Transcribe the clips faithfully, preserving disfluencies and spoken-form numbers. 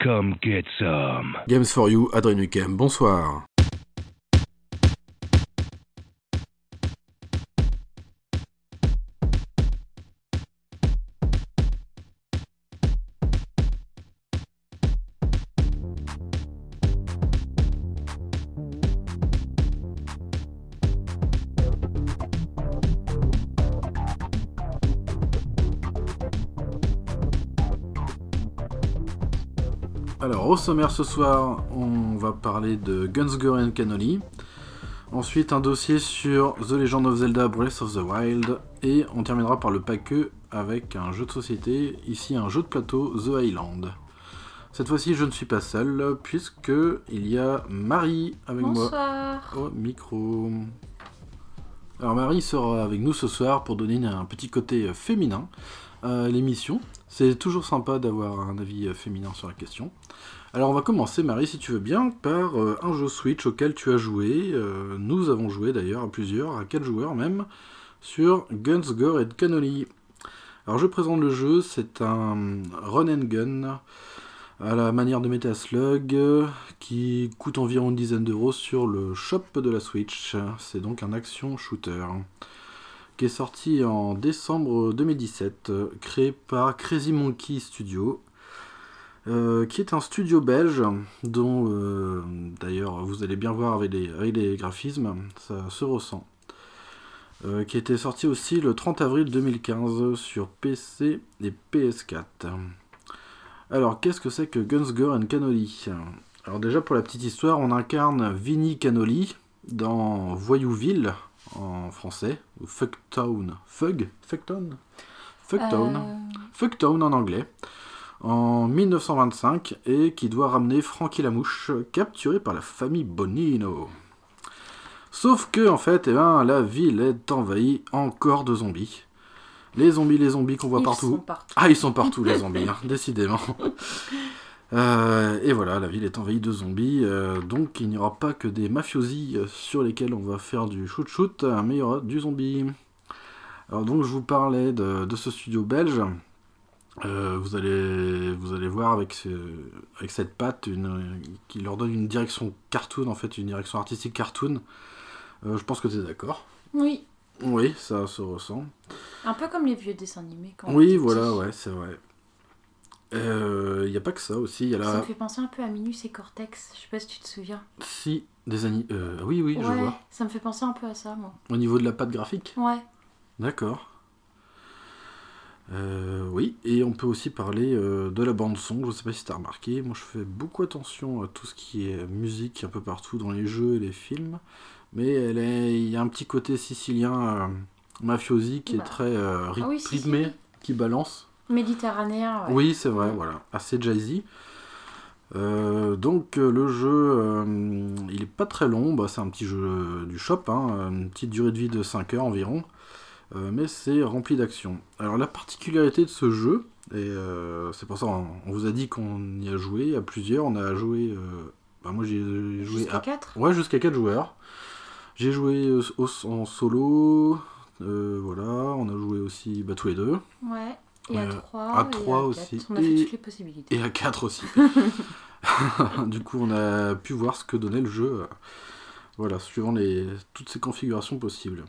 Come get some. Games for You, Adrien Hukem, bonsoir. Alors, au sommaire ce soir, on va parler de Guns, Gore and Cannoli. Ensuite, un dossier sur The Legend of Zelda Breath of the Wild. Et on terminera par le paqueux avec un jeu de société, ici un jeu de plateau, The Island. Cette fois-ci, je ne suis pas seul, puisque il y a Marie avec Bonsoir. moi au micro. Alors, Marie sera avec nous ce soir pour donner un petit côté féminin à l'émission. C'est toujours sympa d'avoir un avis féminin sur la question. Alors on va commencer, Marie, si tu veux bien, par euh, un jeu Switch auquel tu as joué. Euh, nous avons joué d'ailleurs à plusieurs, à quatre joueurs même, sur Guns, Gore and Cannoli. Alors je présente le jeu, c'est un run and gun à la manière de Metal Slug euh, qui coûte environ une dizaine d'euros sur le shop de la Switch. C'est donc un action shooter qui est sorti en décembre deux mille dix-sept, euh, créé par Crazy Monkey Studio, euh, qui est un studio belge, dont euh, d'ailleurs vous allez bien voir avec les, avec les graphismes, ça se ressent, euh, qui était sorti aussi le trente avril deux mille quinze sur P C et P S quatre. Alors qu'est-ce que c'est que Guns, Gore and Cannoli ? Alors déjà pour la petite histoire, on incarne Vinnie Cannoli dans Voyouville, en français, ou Fucktown, Fug, Fucktown, Fucktown, Euh... Fucktown en anglais, en dix-neuf cent vingt-cinq, et qui doit ramener Frankie la Mouche, capturé par la famille Bonino. Sauf que, en fait, eh ben, la ville est envahie encore de zombies. Les zombies, les zombies qu'on voit Ils partout. sont partout. Ah, ils sont partout, les zombies, hein, décidément. Euh, et voilà, la ville est envahie de zombies, euh, donc il n'y aura pas que des mafiosi sur lesquels on va faire du shoot-shoot, mais il y aura du zombie. Alors donc je vous parlais de, de ce studio belge, euh, vous, allez, vous allez voir avec, ce, avec cette patte une, qui leur donne une direction cartoon, en fait une direction artistique cartoon, euh, je pense que tu es d'accord. Oui, Oui, ça se ressent. un peu comme les vieux dessins animés. Quand on Oui, était voilà, petit. ouais, c'est vrai. Il euh, n'y a pas que ça aussi, il y a Ça la... me fait penser un peu à Minus et Cortex, je sais pas si tu te souviens. Si, des anis... Euh, oui, oui, ouais, je vois. ça me fait penser un peu à ça, moi. Au niveau de la patte graphique ? Ouais. D'accord. Euh, oui, et on peut aussi parler euh, de la bande-son, je sais pas si t'as remarqué, moi je fais beaucoup attention à tout ce qui est musique un peu partout dans les jeux et les films, mais elle est... il y a un petit côté sicilien euh, mafiosi qui Bah. est très euh, ry- Ah oui, rythmé, Sicile. qui balance. Méditerranéen, ouais. Oui, c'est vrai, Mm. voilà, assez jazzy. Euh, donc euh, le jeu, euh, il est pas très long, bah, c'est un petit jeu du shop, hein, une petite durée de vie de cinq heures environ, euh, mais c'est rempli d'action. Alors la particularité de ce jeu, et euh, c'est pour ça on, on vous a dit qu'on y a joué à plusieurs, on a joué, euh, bah, moi j'ai joué Jusqu'à à quatre. ouais jusqu'à quatre joueurs. J'ai joué euh, au- en solo, euh, voilà, on a joué aussi bah, tous les deux. Ouais. Et à Euh, trois. à et trois à aussi. quatre. On a Et- fait toutes les possibilités. Et à quatre aussi. Du coup, on a pu voir ce que donnait le jeu, euh, voilà, suivant les, toutes ces configurations possibles.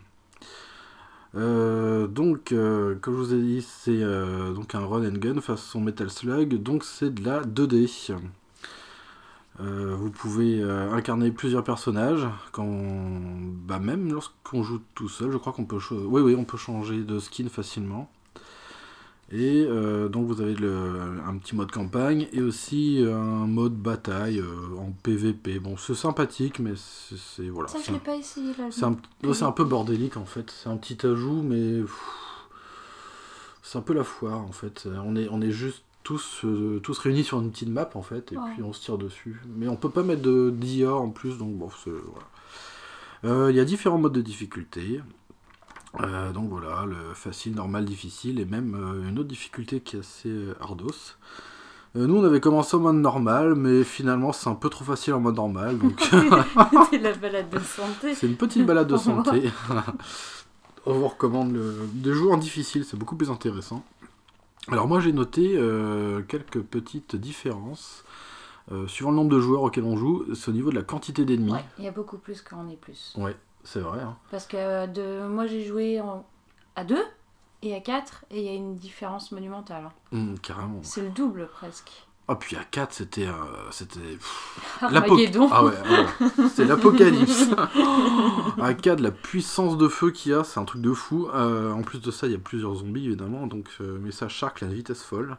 Euh, donc, euh, comme je vous ai dit, c'est euh, donc un run and gun façon Metal Slug, donc c'est de la deux D. Euh, vous pouvez euh, incarner plusieurs personnages, quand, bah, même lorsqu'on joue tout seul, je crois qu'on peut, cho- oui, oui, on peut changer de skin facilement. Et euh, donc vous avez le, un petit mode campagne et aussi un mode bataille euh, en P V P. Bon, c'est sympathique, mais c'est, c'est voilà. Ça, c'est je l'ai un, pas essayé, là. c'est un, non, c'est un peu bordélique en fait. C'est un petit ajout, mais pff, c'est un peu la foire en fait. On est, on est juste tous, euh, tous réunis sur une petite map en fait, et Ouais. puis on se tire dessus. Mais on peut pas mettre de d'I A en plus, donc bon, c'est, voilà. Euh, Il y a différents modes de difficulté. Euh, donc voilà, le facile, normal, difficile, et même euh, une autre difficulté qui est assez euh, ardos. Euh, nous on avait commencé en mode normal, mais finalement c'est un peu trop facile en mode normal, donc C'est la balade de santé. c'est une petite balade de santé. On vous recommande le... de jouer en difficile, c'est beaucoup plus intéressant. Alors moi j'ai noté euh, quelques petites différences Euh, suivant le nombre de joueurs auxquels on joue, c'est au niveau de la quantité d'ennemis. Ouais, il y a beaucoup plus quand on est plus. Ouais, c'est vrai. Hein. Parce que de... moi j'ai joué en... à deux et à quatre et il y a une différence monumentale. Hein. Mmh, carrément. C'est le double presque. Ah, puis à quatre, c'était. Euh, c'était pff, Armageddon. Ah ouais, ouais. C'est l'apocalypse. À quatre, la puissance de feu qu'il y a, c'est un truc de fou. Euh, en plus de ça, il y a plusieurs zombies évidemment, donc euh, mais ça charque à une vitesse folle.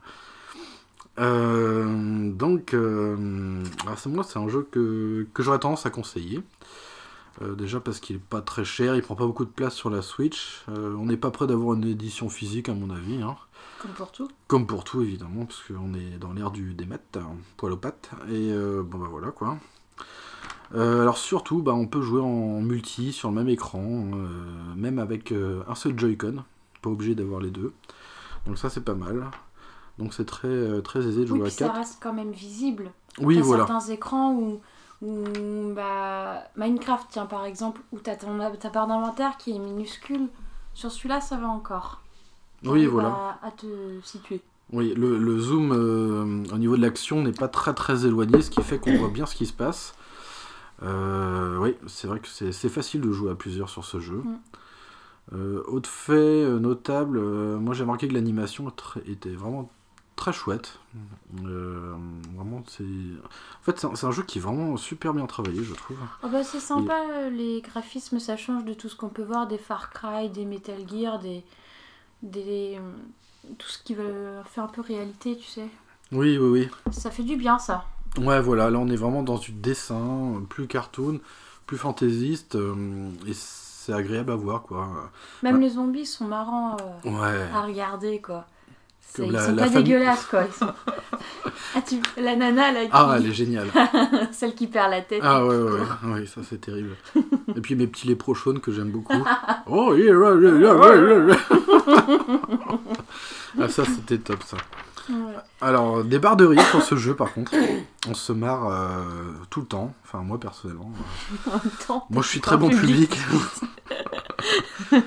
Euh, donc, euh, alors c'est moi, c'est un jeu que, que j'aurais tendance à conseiller. Euh, déjà parce qu'il est pas très cher, il prend pas beaucoup de place sur la Switch. Euh, on n'est pas prêt d'avoir une édition physique à mon avis. Hein. Comme pour tout. Comme pour tout évidemment, parce qu'on est dans l'ère du des maths, hein, poil aux pattes. Et euh, bon bah voilà quoi. Euh, alors surtout, bah, on peut jouer en multi sur le même écran, euh, même avec euh, un seul Joy-Con, pas obligé d'avoir les deux. Donc ça c'est pas mal. Donc c'est très, euh, très aisé de jouer oui, à puis quatre. ça reste quand même visible. Oui, t'as voilà. certains écrans où, où bah, Minecraft, tiens par exemple, où t'as ton, ta barre d'inventaire qui est minuscule. Sur celui-là, ça va encore. Oui, voilà. À, à te situer. Oui, le, le zoom euh, au niveau de l'action n'est pas très très éloigné, ce qui fait qu'on voit bien ce qui se passe. Euh, oui, c'est vrai que c'est, c'est facile de jouer à plusieurs sur ce jeu. Mm. Euh, autre fait euh, notable, euh, moi j'ai remarqué que l'animation était vraiment très chouette. Euh, vraiment, c'est... En fait, c'est un, c'est un jeu qui est vraiment super bien travaillé, je trouve. Oh bah, c'est sympa, Et... les graphismes, ça change de tout ce qu'on peut voir, des Far Cry, des Metal Gear, des... des... tout ce qui veut faire un peu réalité, tu sais. Oui, oui, oui. Ça fait du bien, ça. Ouais, voilà, là on est vraiment dans du dessin, plus cartoon, plus fantaisiste, euh, et c'est agréable à voir, quoi. Même bah... les zombies sont marrants euh, ouais. à regarder, quoi. C'est, ils la, sont la pas famille... dégueulasses, quoi. Ils sont... ah, tu... La nana, là, qui... Ah, elle est géniale. Celle qui perd la tête. Ah ouais, ouais, ouais, ouais, ça c'est terrible. Et puis mes petits lépraux chaunes que j'aime beaucoup. Oh, yeah, yeah, yeah, yeah, yeah. Ah, ça c'était top, ça. Ouais. Alors, des barres de rire sur ce jeu, par contre. On se marre euh, tout le temps. Enfin, moi, personnellement. Euh... En même temps, moi, je suis très bon public. public.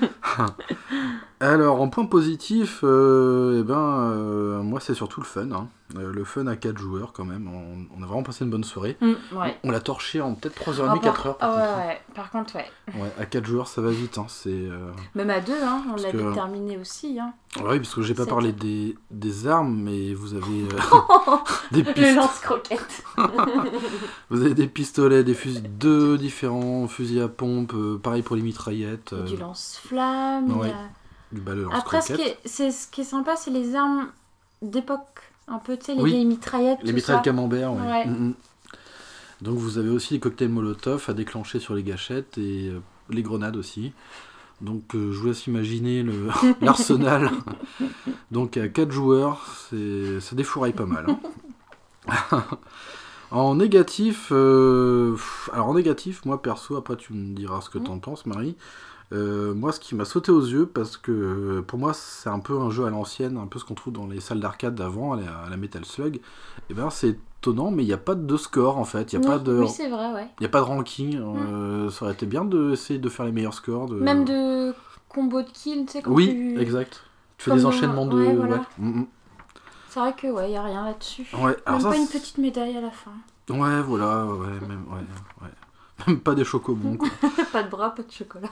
Alors, en point positif, euh, eh ben, euh, moi, c'est surtout le fun. Hein. Euh, le fun à quatre joueurs, quand même. On, on a vraiment passé une bonne soirée. Mmh, ouais. On, on l'a torché en peut-être trois heures trente, oh, quatre heures. Par, oh, ouais, ouais. Par contre, ouais. Ouais, à quatre joueurs, ça va vite. Hein. C'est, euh... Même à deux, hein, on l'a que... terminé aussi. Hein. Oui, parce que j'ai pas C'est parlé tout. des, des armes, mais vous avez euh, des pistolets. Le lance-croquette. Vous avez des pistolets, des fusils, deux différents fusils à pompe, euh, pareil pour les mitraillettes. Euh... Du lance-flamme. Ouais. A... Du balai lance-croquette. Après, ce qui, est, c'est, ce qui est sympa, c'est les armes d'époque. Un peu, tu sais, les oui. vieilles mitraillettes. Les mitraillettes camembert, ouais. ouais. Mm-hmm. Donc vous avez aussi les cocktails Molotov à déclencher sur les gâchettes et euh, les grenades aussi. Donc euh, je vous laisse imaginer le, l'arsenal. Donc à quatre joueurs, c'est, ça défouraille pas mal. Hein. En négatif, euh, alors en négatif, moi perso, après tu me diras ce que t'en penses, Marie. Euh, moi, ce qui m'a sauté aux yeux, parce que pour moi, c'est un peu un jeu à l'ancienne, un peu ce qu'on trouve dans les salles d'arcade d'avant, à la, à la Metal Slug. Et ben, c'est étonnant, mais il n'y a pas de score en fait. Il n'y a, oui, pas de, oui, c'est vrai, ouais. y a pas de ranking. Mm. Euh, ça aurait été bien d'essayer de faire les meilleurs scores. De... Même de combo de kill, tu sais. Oui, tu... exact. Tu fais Comme des dans... enchaînements de. Ouais, voilà. Ouais. Mm-hmm. C'est vrai que, ouais, il n'y a rien là-dessus. Ouais, alors même ça, pas une c'est... petite médaille à la fin. Ouais, voilà, ouais, même, ouais, ouais. Même pas des chocobons, quoi. Pas de bras, pas de chocolat.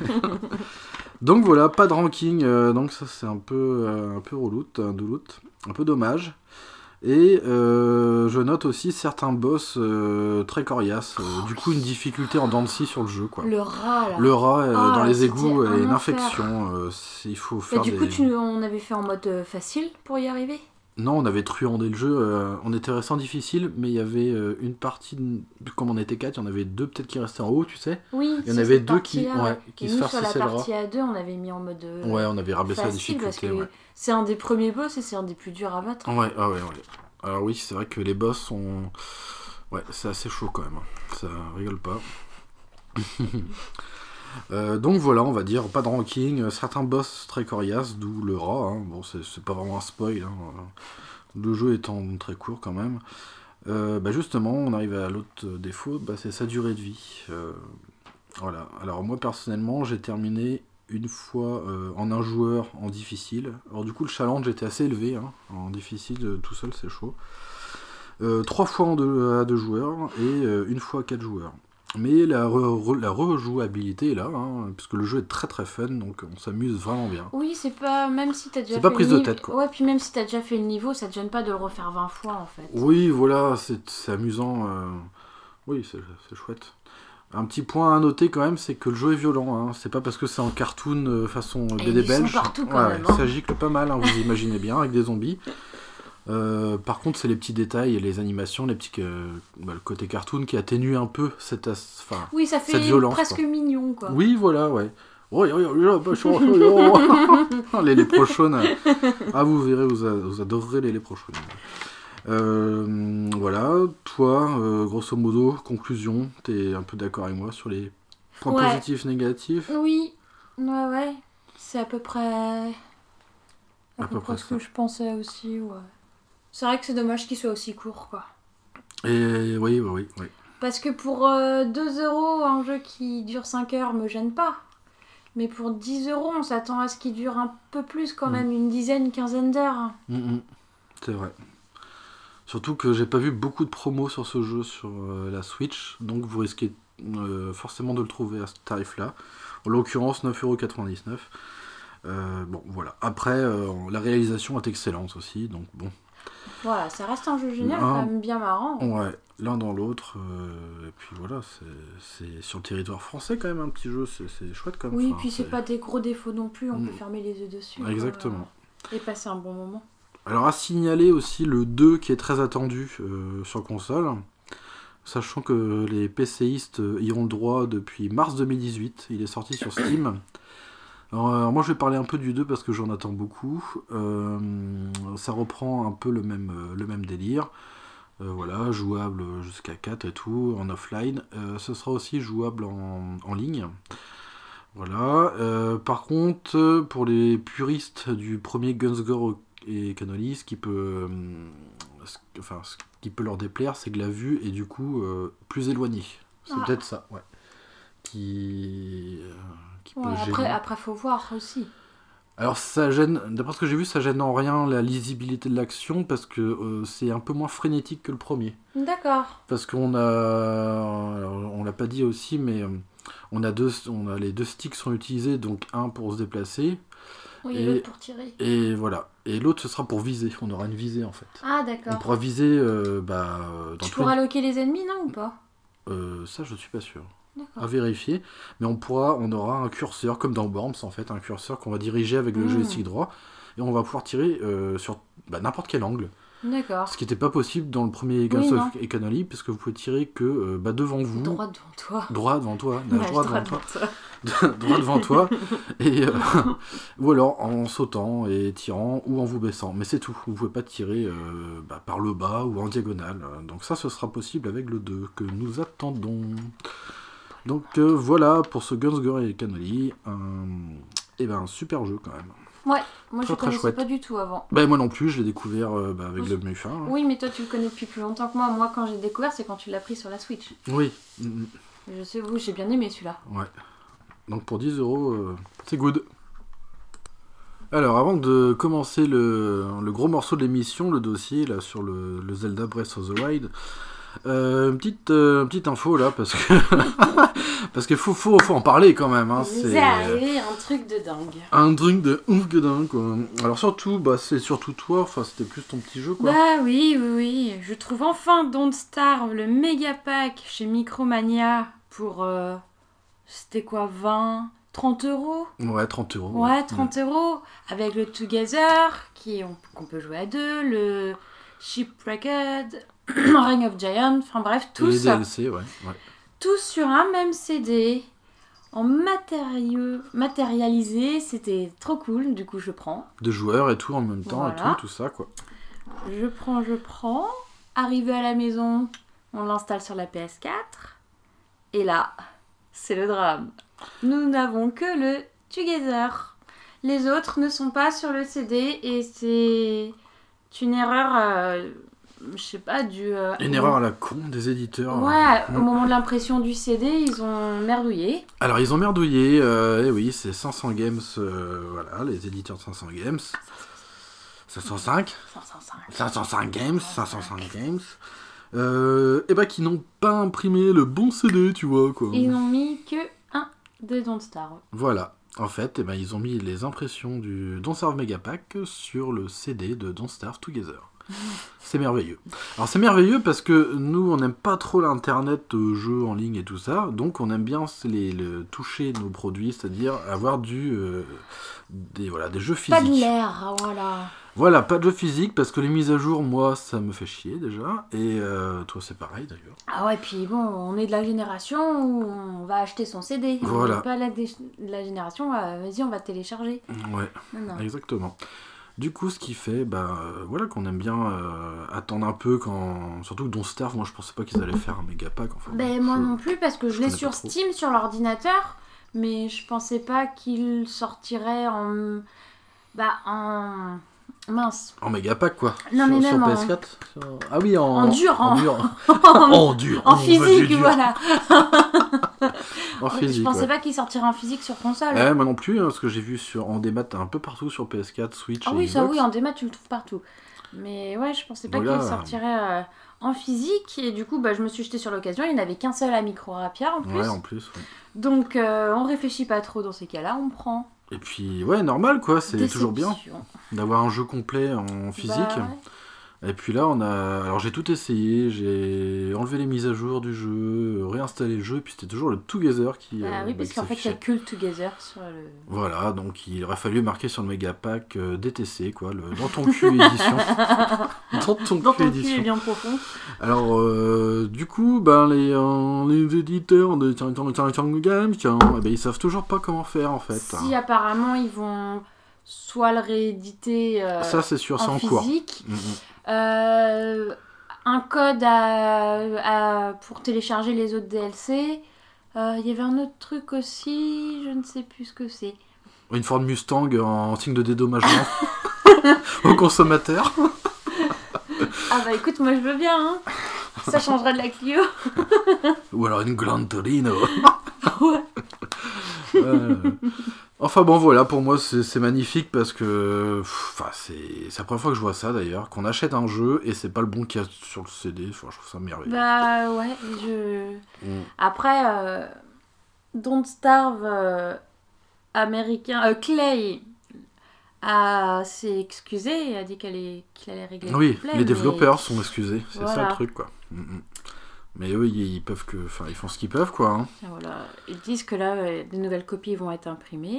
Donc voilà, pas de ranking, euh, donc ça c'est un peu, euh, un peu reloute, un, douloute, un peu dommage. Et euh, je note aussi certains boss euh, très coriaces, euh, oh, du coup une difficulté en dents de scie sur le jeu, quoi. Le rat, là. Le rat euh, oh, dans les égouts un et une enfer. infection, euh, il faut faire Et du des... coup, tu, on avait fait en mode euh, facile pour y arriver ? Non, on avait truandé le jeu, euh, on était resté en difficile, mais il y avait euh, une partie, de... comme on était quatre, il y en avait deux peut-être qui restaient en haut, tu sais. Oui, il y en avait deux qui, ouais, qui se farcissaient le rat. Sur la partie A deux, on avait mis en mode euh, ouais, on avait rabaissé la difficulté. Parce que ouais. c'est un des premiers boss et c'est un des plus durs à battre. Ouais, ah ouais, ouais. Alors oui, c'est vrai que les boss sont... Ouais, c'est assez chaud quand même, ça rigole pas. Euh, donc voilà, on va dire, pas de ranking, certains boss très coriaces, d'où le rat, hein. Bon, c'est, c'est pas vraiment un spoil, hein. Le jeu étant très court quand même. Euh, bah justement, on arrive à l'autre défaut, bah c'est sa durée de vie. Euh, voilà, alors moi personnellement, j'ai terminé une fois euh, en un joueur en difficile. Alors du coup, le challenge était assez élevé, hein. En difficile, tout seul, c'est chaud. Euh, trois fois en deux, à deux joueurs et euh, une fois à quatre joueurs. Mais la, re, re, la rejouabilité est là, hein, puisque le jeu est très très fun, donc on s'amuse vraiment bien. Oui, c'est pas... Même si t'as déjà c'est fait pas prise le de niveau... tête, quoi. Ouais, puis même si t'as déjà fait le niveau, ça te gêne pas de le refaire vingt fois, en fait. Oui, voilà, c'est, c'est amusant. Euh... Oui, c'est, c'est chouette. Un petit point à noter quand même, c'est que le jeu est violent. Hein. C'est pas parce que c'est en cartoon euh, façon B D belge. Partout, quand ouais, même, hein. Ça gicle pas mal, hein, vous imaginez bien, avec des zombies. Euh, par contre, c'est les petits détails et les animations, les petits, euh, bah, le côté cartoon qui atténue un peu cette, as... enfin, oui, ça fait cette violence, presque quoi. Mignon, quoi. Oui, voilà, ouais. Oh, oh, oh, oh, les léprochaunes. Ah, vous verrez, vous, a, vous adorerez les léprochaunes. Euh, voilà, toi, euh, grosso modo, conclusion, t'es un peu d'accord avec moi sur les points ouais. positifs, négatifs? Oui, ouais, ouais. C'est à peu près... À, à peu, peu près ce ça. que je pensais aussi, ouais. C'est vrai que c'est dommage qu'il soit aussi court, quoi. Et oui, oui, oui. oui. Parce que pour euh, deux euros, un jeu qui dure cinq heures me gêne pas. Mais pour dix euros, on s'attend à ce qu'il dure un peu plus quand même, mmh. une dizaine, une quinzaine d'heures. Mmh, c'est vrai. Surtout que j'ai pas vu beaucoup de promos sur ce jeu sur euh, la Switch, donc vous risquez euh, forcément de le trouver à ce tarif-là. En l'occurrence, neuf euros quatre-vingt-dix-neuf. Euh, bon, voilà. Après, euh, la réalisation est excellente aussi, donc bon. Voilà, ça reste un jeu génial, un... quand même bien marrant. Ouais, l'un dans l'autre. Euh, et puis voilà, c'est, c'est sur le territoire français quand même un petit jeu, c'est, c'est chouette quand même. Oui, enfin, puis c'est... c'est pas des gros défauts non plus, on mmh. peut fermer les yeux dessus. Exactement. Quoi, et passer un bon moment. Alors à signaler aussi le deux qui est très attendu euh, sur console, sachant que les PCistes y ont le droit depuis mars deux mille dix-huit, il est sorti sur Steam. Alors, alors moi je vais parler un peu du deux parce que j'en attends beaucoup. Euh, ça reprend un peu le même, euh, le même délire. Euh, voilà, jouable jusqu'à quatre et tout, en offline. Euh, ce sera aussi jouable en, en ligne. Voilà. Euh, par contre, pour les puristes du premier Guns Gore et Cannoli, ce qui peut, euh, ce, enfin, ce qui peut leur déplaire, c'est que la vue est du coup euh, plus éloignée. C'est ah. peut-être ça, ouais. Qui, euh, qui ouais, peut après, gêner. Après, faut voir aussi. Alors, ça gêne, d'après ce que j'ai vu, ça gêne en rien la lisibilité de l'action parce que euh, c'est un peu moins frénétique que le premier. D'accord. Parce qu'on a, alors, on l'a pas dit aussi, mais euh, on a deux, on a les deux sticks sont utilisés, donc un pour se déplacer. Oui, et l'autre pour tirer. Et voilà. Et l'autre, ce sera pour viser. On aura une visée, en fait. Ah, d'accord. On pourra viser euh, bah, dans Tu pourras les... loquer les ennemis, non, ou pas euh, Ça, je suis pas sûr. D'accord. À vérifier. Mais on pourra, on aura un curseur, comme dans Worms, en fait, un curseur qu'on va diriger avec le mmh. joystick droit. Et on va pouvoir tirer euh, sur bah, n'importe quel angle. D'accord. Ce qui n'était pas possible dans le premier Guns oui, of Cannoli, puisque vous pouvez tirer que euh, bah, devant vous. Droit devant toi. Droit devant toi. Ouais, droit, droit devant toi. droit devant toi. Et, euh, ou alors en sautant et tirant ou en vous baissant. Mais c'est tout. Vous ne pouvez pas tirer euh, bah, par le bas ou en diagonale. Donc ça, ce sera possible avec le deux que nous attendons. Donc euh, voilà pour ce Guns Gore et Cannoli. Un... Et ben un super jeu quand même. Ouais, moi très, je ne connaissais chouette. Pas du tout avant. Bah, moi non plus, je l'ai découvert euh, bah, avec oui. le M U F A. Hein. Oui, mais toi tu le connais depuis plus longtemps que moi. Moi quand j'ai découvert, c'est quand tu l'as pris sur la Switch. Oui. Mm-hmm. Je sais vous, j'ai bien aimé celui-là. Ouais. Donc pour dix euros, euh, c'est good. Alors avant de commencer le, le gros morceau de l'émission, le dossier là sur le, le Zelda Breath of the Wild, Euh, une petite, euh, petite info là parce que parce qu'il faut, faut, faut en parler quand même hein, c'est arrivé un truc de dingue un truc de ouf de dingue quoi. Alors surtout bah c'est surtout toi, enfin c'était plus ton petit jeu quoi. Bah oui oui oui je trouve enfin Don't Starve le méga pack chez Micromania pour euh, c'était quoi vingt trente euros. Ouais trente euros ouais, ouais trente euros avec le Together qui on, qu'on peut jouer à deux, le Shipwrecked, Ring of Giant, enfin bref, tous, les D L C, ouais, ouais. tous sur un même C D, en matérieux, matérialisé, c'était trop cool, du coup je prends. De joueurs et tout en même temps, voilà. et tout, tout ça quoi. Je prends, je prends, arrivé à la maison, on l'installe sur la P S quatre, et là, c'est le drame. Nous n'avons que le Together. Les autres ne sont pas sur le C D, et c'est une erreur... Euh, je sais pas, du... Euh, Une erreur à la con des éditeurs. Ouais, mmh. Au moment de l'impression du C D, ils ont merdouillé. Alors, ils ont merdouillé, euh, et oui, c'est cinq cents Games, euh, voilà, les éditeurs de cinq cents Games. cinq cent cinq cinq cent cinq. cinq cent cinq games, cinq cent cinq games. Euh, et bah qui n'ont pas imprimé le bon C D, tu vois quoi. Ils n'ont mis que un de Don't Starve. Voilà. En fait, eh ben, ils ont mis les impressions du Don't Starve Megapack sur le C D de Don't Starve Together. C'est merveilleux. Alors c'est merveilleux parce que nous, on n'aime pas trop l'internet, euh, jeux en ligne et tout ça, donc on aime bien les, le, toucher nos produits, c'est-à-dire avoir du, euh, des, voilà, des jeux physiques. Pas de l'air, voilà. Voilà, pas de jeux physiques parce que les mises à jour, moi, ça me fait chier déjà, et euh, toi c'est pareil d'ailleurs. Ah ouais, puis bon, on est de la génération où on va acheter son C D. Voilà. On n'est pas la, dé- la génération, euh, vas-y, on va télécharger. Ouais, Non, non. exactement. Du coup, ce qui fait, bah, euh, voilà, qu'on aime bien euh, attendre un peu quand... Surtout que Don't Starve, moi je pensais pas qu'ils allaient faire un méga pack. Enfin, Ben moi je- non plus, parce que je, je l'ai connais sur pas trop. Steam, sur l'ordinateur, mais je pensais pas qu'il sortirait en... Bah, en... Mince. En méga pack quoi. Non, sur, mais sur même P en- S quatre sur- Ah oui, en... En dur, En en- dur. en, En dur. en Oh, vas-y, physique, dur. voilà. En physique, Je pensais ouais. pas qu'il sortirait en physique sur console. Ouais, moi non plus, hein, parce que j'ai vu sur, en démat un peu partout sur P S quatre, Switch Ah et oui, ça Xbox. oui, en démat tu le trouves partout. Mais ouais, je pensais pas Voilà. qu'il sortirait euh, en physique. Et du coup, bah, je me suis jetée sur l'occasion. Il n'y en avait qu'un seul à Micro Rapia en plus. Ouais, en plus. Ouais. Donc euh, on réfléchit pas trop dans ces cas-là, on prend. Et puis, ouais, normal quoi, c'est toujours bien Déception. d'avoir un jeu complet en physique. Bah, ouais. Et puis là, on a. Alors j'ai tout essayé, j'ai enlevé les mises à jour du jeu, réinstallé le jeu, et puis c'était toujours le Together qui. Bah euh, oui, bah, parce qui qu'en fait, il y a s'affichait. que le Together sur le. Voilà, donc il aurait fallu marquer sur le Megapack euh, D T C, quoi, le dans ton cul édition. Dans ton Dans cul ton cul édition. est bien profond. Alors, euh, du coup, ben, les, euh, les éditeurs de Tiang Tiang Tiang Tiang Games, tiens, eh ben, ils savent toujours pas comment faire en fait. Si apparemment ils vont soit le rééditer euh, Ça, c'est sûr, c'est en en cours. physique, Mhm. euh, un code à, à- pour télécharger les autres D L C. Euh, Il y avait un autre truc aussi, je ne sais plus ce que c'est. Une Ford Mustang en signe de dédommagement aux consommateurs. Ah bah écoute, moi je veux bien, hein. Ça changera de la Clio. Ou alors une Gran Torino. Ouais. Euh, Enfin bon voilà, pour moi c'est c'est magnifique parce que pff, enfin, c'est c'est la première fois que je vois ça d'ailleurs, qu'on achète un jeu et c'est pas le bon qu'il y a sur le C D, enfin, je trouve ça merveilleux. Bah ouais, je... Mm. Après, euh, Don't Starve euh, américain, euh, Clay a s'est excusé et a dit qu'elle est- qu'il allait régler le Oui, problème. les mais- développeurs sont excusés, c'est ça Voilà. le truc quoi. Mm, mm. Mais eux ils, ils peuvent que, enfin ils font ce qu'ils peuvent quoi. Hein. Voilà. Ils disent que là, euh, des nouvelles copies vont être imprimées,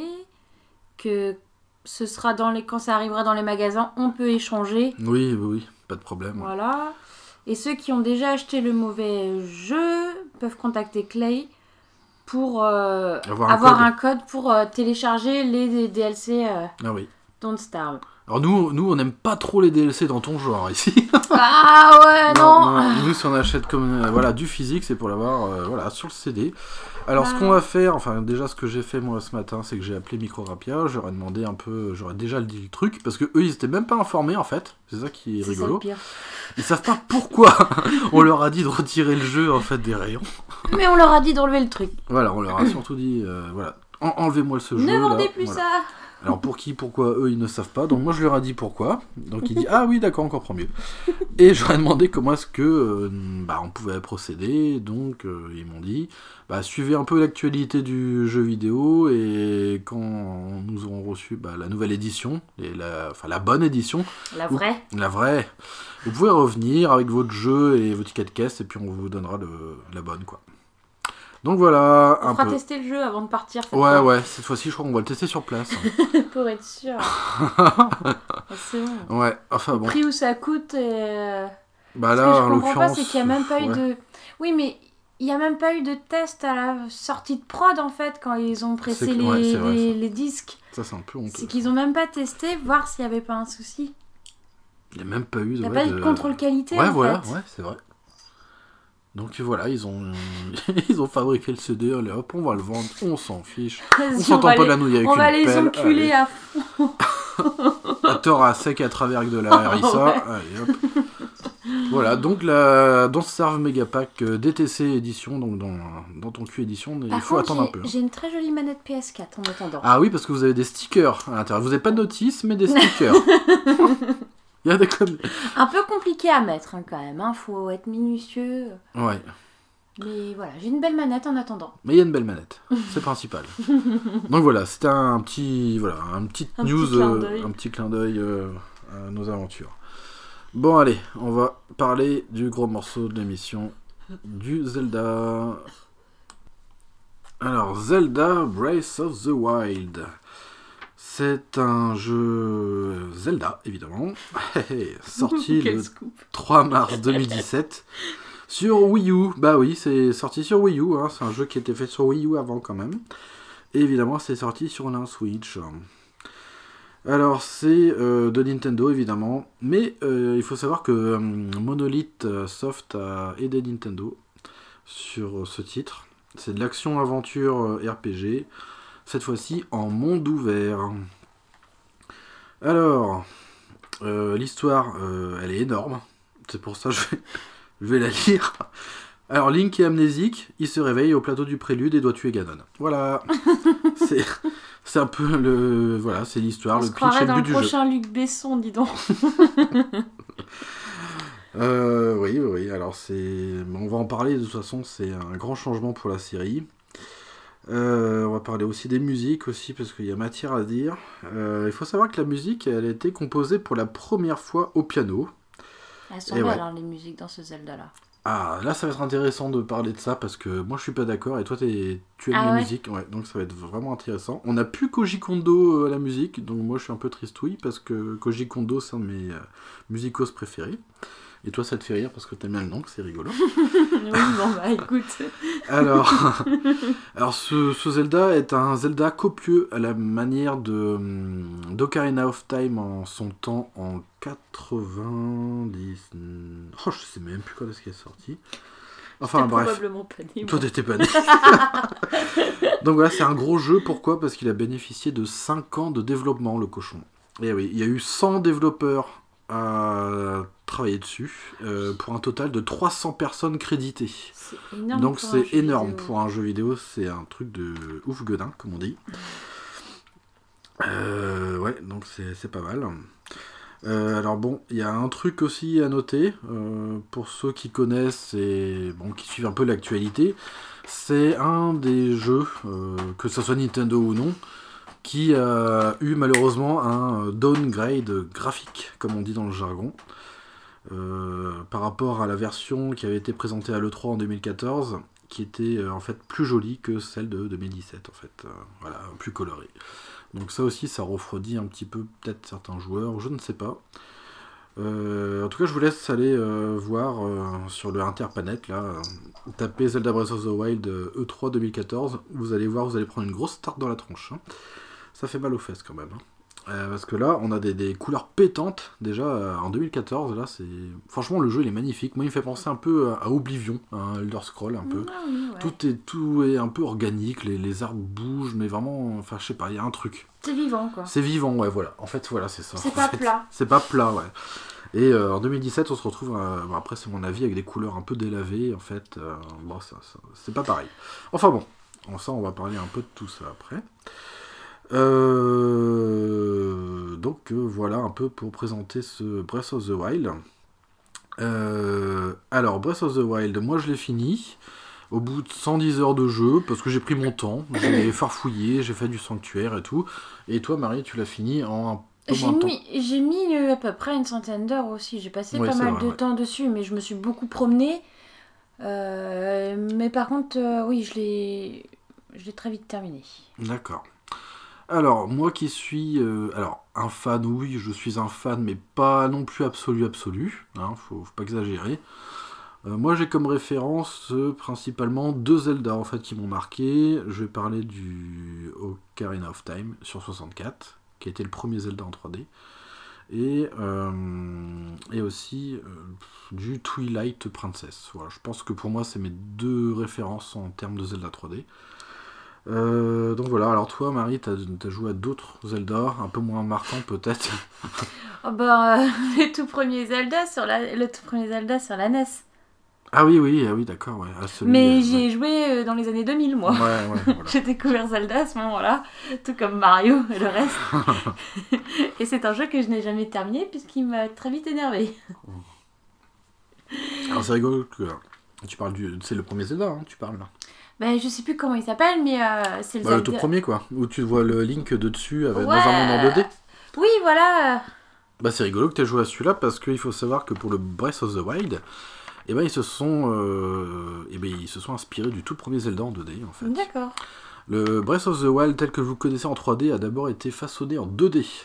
que ce sera dans les... quand ça arrivera dans les magasins, on peut échanger. Oui, oui, oui, pas de problème. Voilà. Et ceux qui ont déjà acheté le mauvais jeu peuvent contacter Clay pour euh, Avoir un avoir code. un code pour euh, télécharger les D L C euh, Ah oui. Don't Starve. Alors nous, nous on n'aime pas trop les D L C dans ton genre ici. Ah ouais, non, Nous si on achète comme euh, voilà du physique, c'est pour l'avoir euh, voilà sur le C D. Alors ce Ah. qu'on va faire, enfin déjà ce que j'ai fait moi ce matin, c'est que j'ai appelé Micro Rapia, j'aurais demandé un peu, j'aurais déjà dit le truc parce que eux ils étaient même pas informés en fait. C'est ça qui est, c'est ça le rigolo. pire. Ils savent pas pourquoi on leur a dit de retirer le jeu en fait des rayons. Mais on leur a dit d'enlever le truc. Voilà, on leur a surtout dit euh, voilà, en- enlevez-moi ce jeu. Ne vendez là. plus Voilà. ça. Alors pour qui, pourquoi, eux ils ne savent pas. Donc moi je leur ai dit pourquoi. Donc il dit ah oui d'accord, encore mieux. Et je leur ai demandé comment est-ce que euh, bah, on pouvait procéder. Donc euh, ils m'ont dit bah, suivez un peu l'actualité du jeu vidéo et quand nous aurons reçu bah, la nouvelle édition, et la, enfin la bonne édition, La vraie. la vraie, vous pouvez revenir avec votre jeu et vos tickets de caisse et puis on vous donnera le, la bonne quoi. Donc voilà On un fera peu. tester le jeu avant de partir. cette Ouais fois, ouais, cette fois-ci je crois qu'on va le tester sur place. pour être sûr. Ah, c'est bon. Ouais, enfin Le bon. prix où ça coûte et... euh, Bah Ce là, que je en comprends pas, l'occurrence. c'est qu'il n'y a même pas eu ouais. de... Oui, mais il n'y a même pas eu de test à la sortie de prod, en fait, quand ils ont pressé C'est- les, ouais, c'est vrai, les, ça. les disques. Ça, c'est un peu honteux. C'est qu'ils ont même pas testé, voir s'il n'y avait pas un souci. Il n'y a même pas eu de. Il n'y a ouais, pas eu de de contrôle qualité, Ouais, en voilà, fait. ouais, c'est vrai. Donc voilà, ils ont, ils ont fabriqué le C D, allez hop, on va le vendre, on s'en fiche. Vas-y, On s'entend va pas de la les- nouille avec On une va les pelle, enculer allez. à fond. À tort à sec à travers avec de la harissa, Ouais. allez hop. Voilà, donc la Don't Starve Megapack euh, D T C édition, donc dans, dans ton cul édition, il Par faut contre, attendre un j'ai- peu. hein. j'ai une très jolie manette P S quatre en attendant. Ah oui, parce que vous avez des stickers à l'intérieur. Vous n'avez pas de notice, mais des stickers. Il y a des conneries. Un peu compliqué à mettre hein, quand même, hein. Faut être minutieux. Ouais. Mais voilà, j'ai une belle manette en attendant. Mais il y a une belle manette, c'est principal. Donc voilà, c'était un petit, voilà, un petit Un news, petit clin euh, d'œil. un petit clin d'œil euh, à nos aventures. Bon allez, on va parler du gros morceau de l'émission, du Zelda. Alors Zelda Breath of the Wild. C'est un jeu Zelda, évidemment, sorti Quel le scoop. trois mars deux mille dix-sept sur Wii U. Bah oui, c'est sorti sur Wii U, hein. C'est un jeu qui était fait sur Wii U avant quand même. Et évidemment, c'est sorti sur la Switch. Alors, c'est euh, de Nintendo, évidemment. Mais euh, il faut savoir que euh, Monolith Soft a aidé Nintendo sur euh, ce titre. C'est de l'action-aventure euh, R P G. Cette fois-ci en monde ouvert. Alors, euh, l'histoire, euh, elle est énorme. C'est pour ça que je vais, je vais la lire. Alors, Link est amnésique, il se réveille au plateau du prélude et doit tuer Ganon. Voilà. c'est, c'est un peu le... Voilà, c'est l'histoire, On le se pitch croirait et le dans but le du jeu. prochain Luc Besson, dis donc. Euh, oui, oui, oui. Alors, c'est... On va en parler, de toute façon, c'est un grand changement pour la série. Euh, on va parler aussi des musiques aussi parce qu'il y a matière à dire. Euh, il faut savoir que la musique elle a été composée pour la première fois au piano. Elles sont Et belles ouais. hein, les musiques dans ce Zelda là. Ah là ça va être intéressant de parler de ça parce que moi je suis pas d'accord et toi t'es, tu aimes Ah la ouais. musique, ouais, donc ça va être vraiment intéressant. On n'a plus Koji Kondo à la musique donc moi je suis un peu tristouille parce que Koji Kondo c'est un de mes euh, musicos préférés. Et toi, ça te fait rire parce que t'aimes bien le nom, que c'est rigolo. Oui, bon bah écoute. Alors, alors ce, ce Zelda est un Zelda copieux à la manière de d'Ocarina of Time en son temps en quatre-vingt-dix. Oh, je sais même plus quand est-ce qu'il est sorti. Enfin J'étais bref. probablement pas né. Toi, t'étais pas né. Donc voilà, c'est un gros jeu. Pourquoi ? Parce qu'il a bénéficié de cinq ans de développement, le cochon. Et oui, il y a eu cent développeurs à travailler dessus, euh, pour un total de trois cents personnes créditées. C'est énorme. Donc pour un c'est jeu énorme vidéo. pour un jeu vidéo, c'est un truc de ouf gueudin, comme on dit. Euh, ouais, donc c'est, c'est pas mal. Euh, alors bon, il y a un truc aussi à noter, euh, pour ceux qui connaissent et bon, qui suivent un peu l'actualité, c'est un des jeux, euh, que ce soit Nintendo ou non, qui a eu malheureusement un downgrade graphique, comme on dit dans le jargon, euh, par rapport à la version qui avait été présentée à l'E trois en deux mille quatorze, qui était euh, en fait plus jolie que celle de deux mille dix-sept, en fait, euh, voilà, plus colorée. Donc ça aussi, ça refroidit un petit peu peut-être certains joueurs, je ne sais pas. Euh, en tout cas, je vous laisse aller euh, voir euh, sur le Interpanet, là, euh, tapez Zelda Breath of the Wild euh, E trois deux mille quatorze, vous allez voir, vous allez prendre une grosse tarte dans la tronche. Hein. Ça fait mal aux fesses quand même. Hein. Euh, parce que là, on a des, des couleurs pétantes, déjà, euh, en deux mille quatorze, là, c'est... Franchement, le jeu, il est magnifique. Moi, il me fait penser un peu à, à Oblivion, à un Elder Scroll, un peu. Ah oui, ouais. Tout est, tout est un peu organique, les, les arbres bougent, mais vraiment, enfin, je sais pas, il y a un truc. C'est vivant quoi. C'est vivant, ouais, voilà. En fait, voilà, c'est ça. C'est en pas fait. plat. C'est pas plat, ouais. Et euh, en deux mille dix-sept, on se retrouve, euh, bon, après, c'est mon avis, avec des couleurs un peu délavées, en fait. Euh, bon, ça, ça, c'est pas pareil. Enfin bon, en ça, on va parler un peu de tout ça après. Euh, donc euh, voilà un peu pour présenter ce Breath of the Wild. Euh, alors Breath of the Wild, moi je l'ai fini au bout de cent dix heures de jeu parce que j'ai pris mon temps, j'ai farfouillé, j'ai fait du sanctuaire et tout. Et toi Marie, tu l'as fini en un peu J'ai moins de temps. mis, j'ai mis euh, à peu près une centaine d'heures aussi. J'ai passé Ouais, pas c'est mal vrai, de ouais. temps dessus, mais je me suis beaucoup promenée. Euh, mais par contre, euh, oui, je l'ai, je l'ai très vite terminé. D'accord. Alors, moi qui suis euh, alors un fan, oui, je suis un fan, mais pas non plus absolu absolu, hein, faut, faut pas exagérer. Euh, moi j'ai comme référence euh, principalement deux Zelda en fait qui m'ont marqué. Je vais parler du Ocarina of Time sur soixante-quatre, qui a été le premier Zelda en trois D, et, euh, et aussi euh, du Twilight Princess. Voilà, je pense que pour moi c'est mes deux références en termes de Zelda trois D. Euh, donc voilà, alors toi Marie, t'as, t'as joué à d'autres Zelda, un peu moins marquants peut-être. Oh bah, euh, les tout premiers Zelda sur la, le tout premier Zelda sur la N E S. Ah oui, oui, ah oui, d'accord, ouais. Ah, celui, Mais euh, j'y ai ouais. joué euh, dans les années deux mille, moi. Ouais, ouais, voilà. J'ai découvert Zelda à ce moment-là, tout comme Mario et le reste. Et c'est un jeu que je n'ai jamais terminé puisqu'il m'a très vite énervé. Alors c'est rigolo que tu parles du... C'est le premier Zelda, hein, tu parles là. Ben, je sais plus comment il s'appelle, mais euh, c'est le Bah, le Zelda... tout premier, quoi. Où tu vois le Link de dessus avec... Ouais. dans un monde en deux D. Oui, voilà. Bah c'est rigolo que tu aies joué à celui-là parce qu'il faut savoir que pour le Breath of the Wild, eh ben, ils, se sont, euh... eh ben, ils se sont inspirés du tout premier Zelda en deux D en fait. D'accord. Le Breath of the Wild tel que vous le connaissez en trois D a d'abord été façonné en deux D.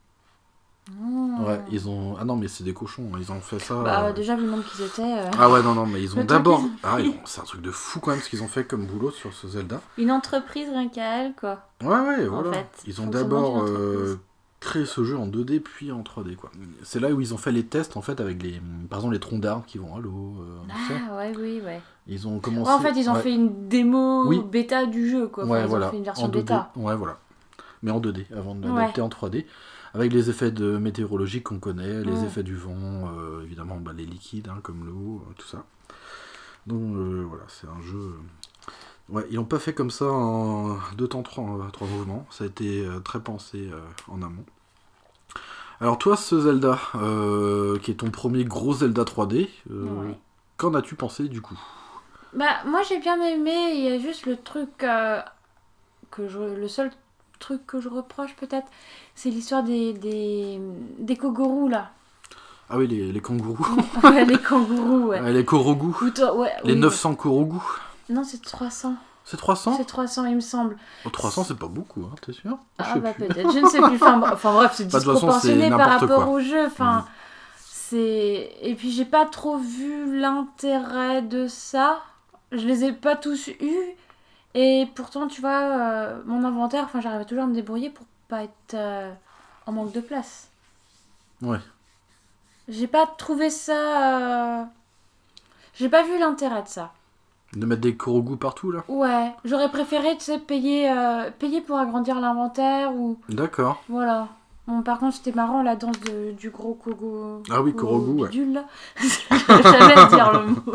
Mmh. Ouais, ils ont... Ah non mais c'est des cochons, ils ont fait ça... Bah, euh... déjà, vu le nombre qu'ils étaient... euh, Ah ouais, non, non, mais ils ont Le d'abord... truc, ils ont Ah, pris. ils ont- c'est un truc de fou quand même ce qu'ils ont fait comme boulot sur ce Zelda. Une entreprise rien qu'à elle, quoi. Ouais, ouais, En voilà. fait, Ils ont fonctionnement d'abord d'une euh, entreprise. créé ce jeu en deux D puis en trois D, quoi. C'est là où ils ont fait les tests, en fait, avec les... Par exemple, les troncs d'arbres qui vont à l'eau, euh, tu sais. Ah, ouais, oui, ouais. Ils ont commencé... Ouais, en fait, ils ont ouais. fait une démo Oui. bêta du jeu, quoi. Enfin, Ouais, ils voilà. ont fait une version en deux D. bêta. Ouais, voilà. Mais en deux D, avant de Ouais. l'adapter en trois D. Avec les effets de météorologiques qu'on connaît, les Mm. effets du vent, euh, évidemment bah, les liquides, hein, comme l'eau, euh, tout ça. Donc euh, voilà, c'est un jeu... euh, Ouais, ils l'ont pas fait comme ça en deux temps, trois, euh, trois mouvements. Ça a été euh, très pensé euh, en amont. Alors toi, ce Zelda, euh, qui est ton premier gros Zelda trois D, euh, Ouais. qu'en as-tu pensé du coup? Bah, moi, j'ai bien aimé. Il y a juste le truc... euh, que je... Le seul truc que je reproche, peut-être, c'est l'histoire des... Des, des Kogoro, là. Ah oui, les, les kangourous, Ouais, les kangourous, ouais. Euh, les korogus, Ou toi- ouais, les oui, neuf cents korogus. ouais. Non, c'est trois cents. C'est trois cents? C'est trois cents, il me semble. Oh, trois cents, c'est pas beaucoup, hein, t'es sûr? Je Ah sais bah plus. peut-être, je ne sais plus. Enfin, br- enfin bref, c'est Bah, de toute façon, disproportionné c'est par n'importe rapport quoi. au jeu. Enfin, Mhm. c'est... Et puis j'ai pas trop vu l'intérêt de ça. Je les ai pas tous eus. Et pourtant, tu vois, euh, mon inventaire, enfin, j'arrivais toujours à me débrouiller pour pas être euh, en manque de place. Ouais. J'ai pas trouvé ça... euh, J'ai pas vu l'intérêt de ça. De mettre des korogus partout, là? Ouais, j'aurais préféré, tu sais, payer, euh, payer pour agrandir l'inventaire ou... D'accord. Voilà. Bon, par contre, c'était marrant la danse de- du gros Kogo. Ah oui, Korogu, ouais. bidule, là. J'arrive jamais à dire le mot.